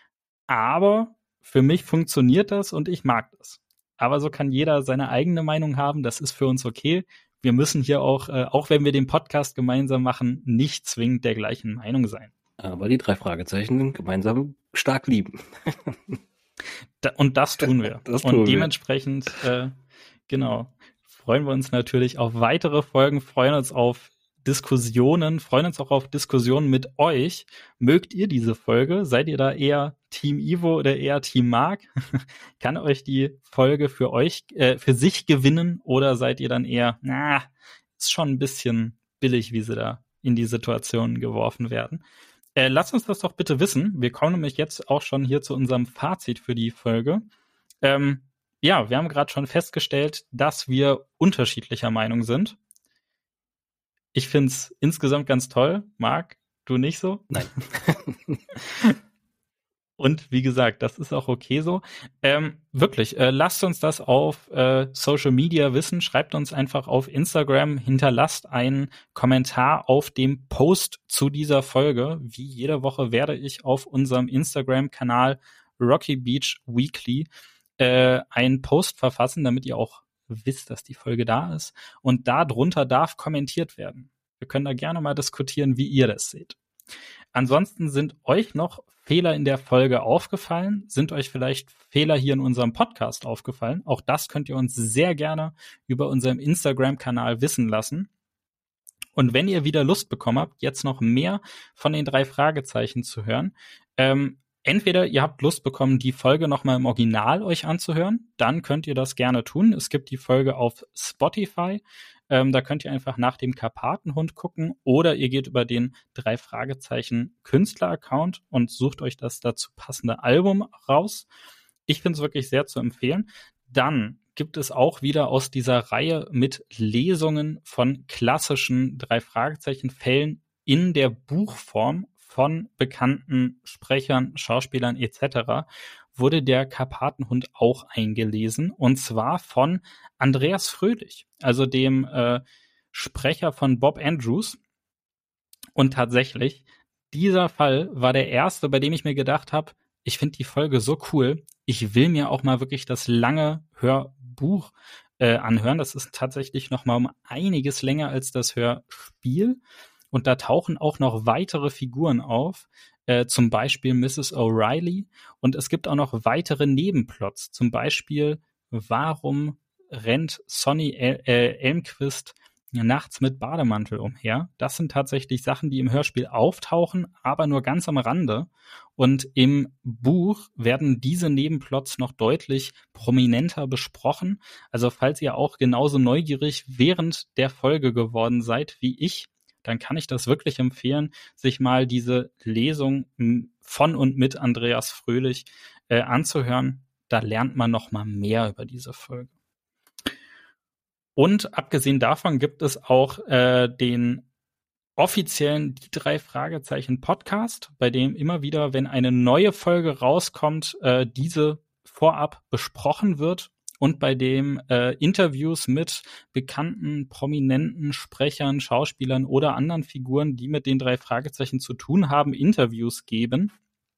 Speaker 2: Aber für mich funktioniert das und ich mag das. Aber so kann jeder seine eigene Meinung haben. Das ist für uns okay. Wir müssen hier auch, äh, auch wenn wir den Podcast gemeinsam machen, nicht zwingend der gleichen Meinung sein.
Speaker 1: Aber die drei Fragezeichen gemeinsam stark lieben.
Speaker 2: Da, und das tun wir.
Speaker 1: Das tun
Speaker 2: und
Speaker 1: wir.
Speaker 2: dementsprechend, äh, genau, freuen wir uns natürlich auf weitere Folgen, freuen uns auf Diskussionen, freuen uns auch auf Diskussionen mit euch. Mögt ihr diese Folge? Seid ihr da eher Team Ivo oder eher Team Marc? Kann euch die Folge für euch, äh, für sich gewinnen oder seid ihr dann eher, na, ist schon ein bisschen billig, wie sie da in die Situation geworfen werden? Äh, lasst uns das doch bitte wissen. Wir kommen nämlich jetzt auch schon hier zu unserem Fazit für die Folge. Ähm, ja, wir haben gerade schon festgestellt, dass wir unterschiedlicher Meinung sind. Ich find's insgesamt ganz toll. Marc, du nicht so?
Speaker 1: Nein.
Speaker 2: Und wie gesagt, das ist auch okay so. Ähm, wirklich, äh, lasst uns das auf äh, Social Media wissen. Schreibt uns einfach auf Instagram, hinterlasst einen Kommentar auf dem Post zu dieser Folge. Wie jede Woche werde ich auf unserem Instagram-Kanal Rocky Beach Weekly äh, einen Post verfassen, damit ihr auch wisst, dass die Folge da ist. Und da drunter darf kommentiert werden. Wir können da gerne mal diskutieren, wie ihr das seht. Ansonsten sind euch noch Fehler in der Folge aufgefallen? Sind euch vielleicht Fehler hier in unserem Podcast aufgefallen? Auch das könnt ihr uns sehr gerne über unserem Instagram-Kanal wissen lassen. Und wenn ihr wieder Lust bekommen habt, jetzt noch mehr von den drei Fragezeichen zu hören, ähm, entweder ihr habt Lust bekommen, die Folge nochmal im Original euch anzuhören, dann könnt ihr das gerne tun. Es gibt die Folge auf Spotify. Ähm, da könnt ihr einfach nach dem Karpatenhund gucken oder ihr geht über den drei Fragezeichen Künstler-Account und sucht euch das dazu passende Album raus. Ich finde es wirklich sehr zu empfehlen. Dann gibt es auch wieder aus dieser Reihe mit Lesungen von klassischen drei Fragezeichen Fällen in der Buchform von bekannten Sprechern, Schauspielern et cetera wurde der Karpatenhund auch eingelesen, und zwar von Andreas Fröhlich, also dem äh, Sprecher von Bob Andrews. Und tatsächlich, dieser Fall war der erste, bei dem ich mir gedacht habe, ich finde die Folge so cool, ich will mir auch mal wirklich das lange Hörbuch äh, anhören. Das ist tatsächlich noch mal um einiges länger als das Hörspiel. Und da tauchen auch noch weitere Figuren auf, äh, zum Beispiel Missus O'Reilly. Und es gibt auch noch weitere Nebenplots. Zum Beispiel, warum rennt Sonny El- äh, Elmquist nachts mit Bademantel umher? Das sind tatsächlich Sachen, die im Hörspiel auftauchen, aber nur ganz am Rande. Und im Buch werden diese Nebenplots noch deutlich prominenter besprochen. Also falls ihr auch genauso neugierig während der Folge geworden seid wie ich, dann kann ich das wirklich empfehlen, sich mal diese Lesung von und mit Andreas Fröhlich äh, anzuhören. Da lernt man noch mal mehr über diese Folge. Und abgesehen davon gibt es auch äh, den offiziellen Die drei Fragezeichen Podcast, bei dem immer wieder, wenn eine neue Folge rauskommt, äh, diese vorab besprochen wird. Und bei dem äh, Interviews mit bekannten, prominenten Sprechern, Schauspielern oder anderen Figuren, die mit den drei Fragezeichen zu tun haben, Interviews geben.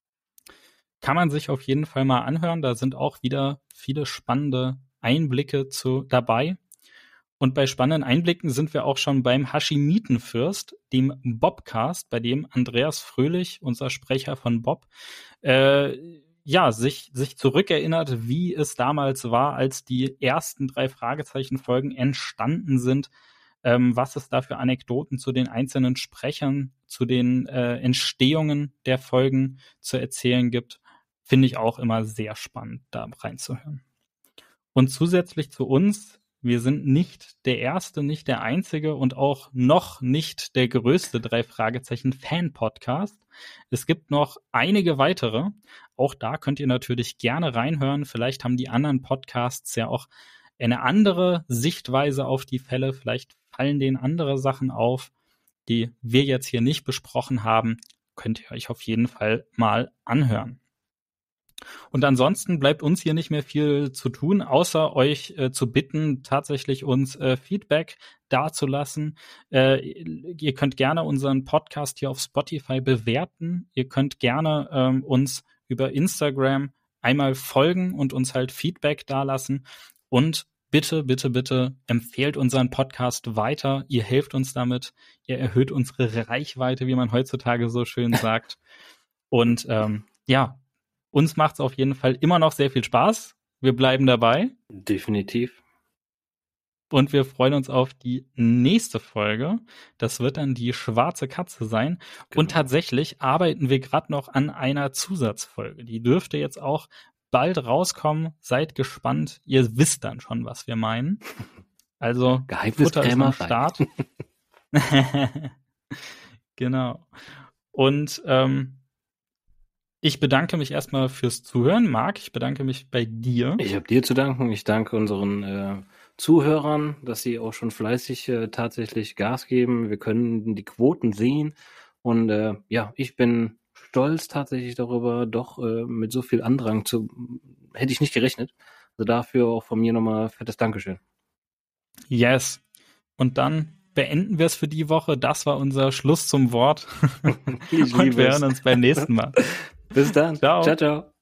Speaker 2: Kann man sich auf jeden Fall mal anhören. Da sind auch wieder viele spannende Einblicke zu dabei. Und bei spannenden Einblicken sind wir auch schon beim Hashimitenfürst, dem Bobcast, bei dem Andreas Fröhlich, unser Sprecher von Bob, äh, ja, sich, sich zurückerinnert, wie es damals war, als die ersten drei Fragezeichen-Folgen entstanden sind, ähm, was es da für Anekdoten zu den einzelnen Sprechern, zu den äh, Entstehungen der Folgen zu erzählen gibt. Finde ich auch immer sehr spannend, da reinzuhören. Und zusätzlich zu uns, wir sind nicht der erste, nicht der einzige und auch noch nicht der größte drei Fragezeichen Fan-Podcast. Es gibt noch einige weitere. Auch da könnt ihr natürlich gerne reinhören. Vielleicht haben die anderen Podcasts ja auch eine andere Sichtweise auf die Fälle. Vielleicht fallen denen andere Sachen auf, die wir jetzt hier nicht besprochen haben. Könnt ihr euch auf jeden Fall mal anhören. Und ansonsten bleibt uns hier nicht mehr viel zu tun, außer euch äh, zu bitten, tatsächlich uns äh, Feedback dazulassen. Äh, ihr könnt gerne unseren Podcast hier auf Spotify bewerten. Ihr könnt gerne ähm, uns über Instagram einmal folgen und uns halt Feedback dalassen. Und bitte, bitte, bitte empfehlt unseren Podcast weiter. Ihr helft uns damit. Ihr erhöht unsere Reichweite, wie man heutzutage so schön sagt. Und ähm, ja, uns macht es auf jeden Fall immer noch sehr viel Spaß. Wir bleiben dabei.
Speaker 1: Definitiv.
Speaker 2: Und wir freuen uns auf die nächste Folge. Das wird dann die schwarze Katze sein. Genau. Und tatsächlich arbeiten wir gerade noch an einer Zusatzfolge. Die dürfte jetzt auch bald rauskommen. Seid gespannt. Ihr wisst dann schon, was wir meinen. Also, Futter ist am Start. Genau. Und ähm, Ich bedanke mich erstmal fürs Zuhören. Marc, ich bedanke mich bei dir.
Speaker 1: Ich habe dir zu danken. Ich danke unseren äh, Zuhörern, dass sie auch schon fleißig äh, tatsächlich Gas geben. Wir können die Quoten sehen. Und äh, ja, ich bin stolz tatsächlich darüber, doch äh, mit so viel Andrang zu, hätte ich nicht gerechnet. Also dafür auch von mir nochmal fettes Dankeschön.
Speaker 2: Yes. Und dann beenden wir es für die Woche. Das war unser Schluss zum Wort.
Speaker 1: Ich
Speaker 2: Und
Speaker 1: liebe
Speaker 2: wir
Speaker 1: es.
Speaker 2: hören uns beim nächsten Mal.
Speaker 1: Bis dann.
Speaker 2: Ciao.
Speaker 1: Ciao, ciao.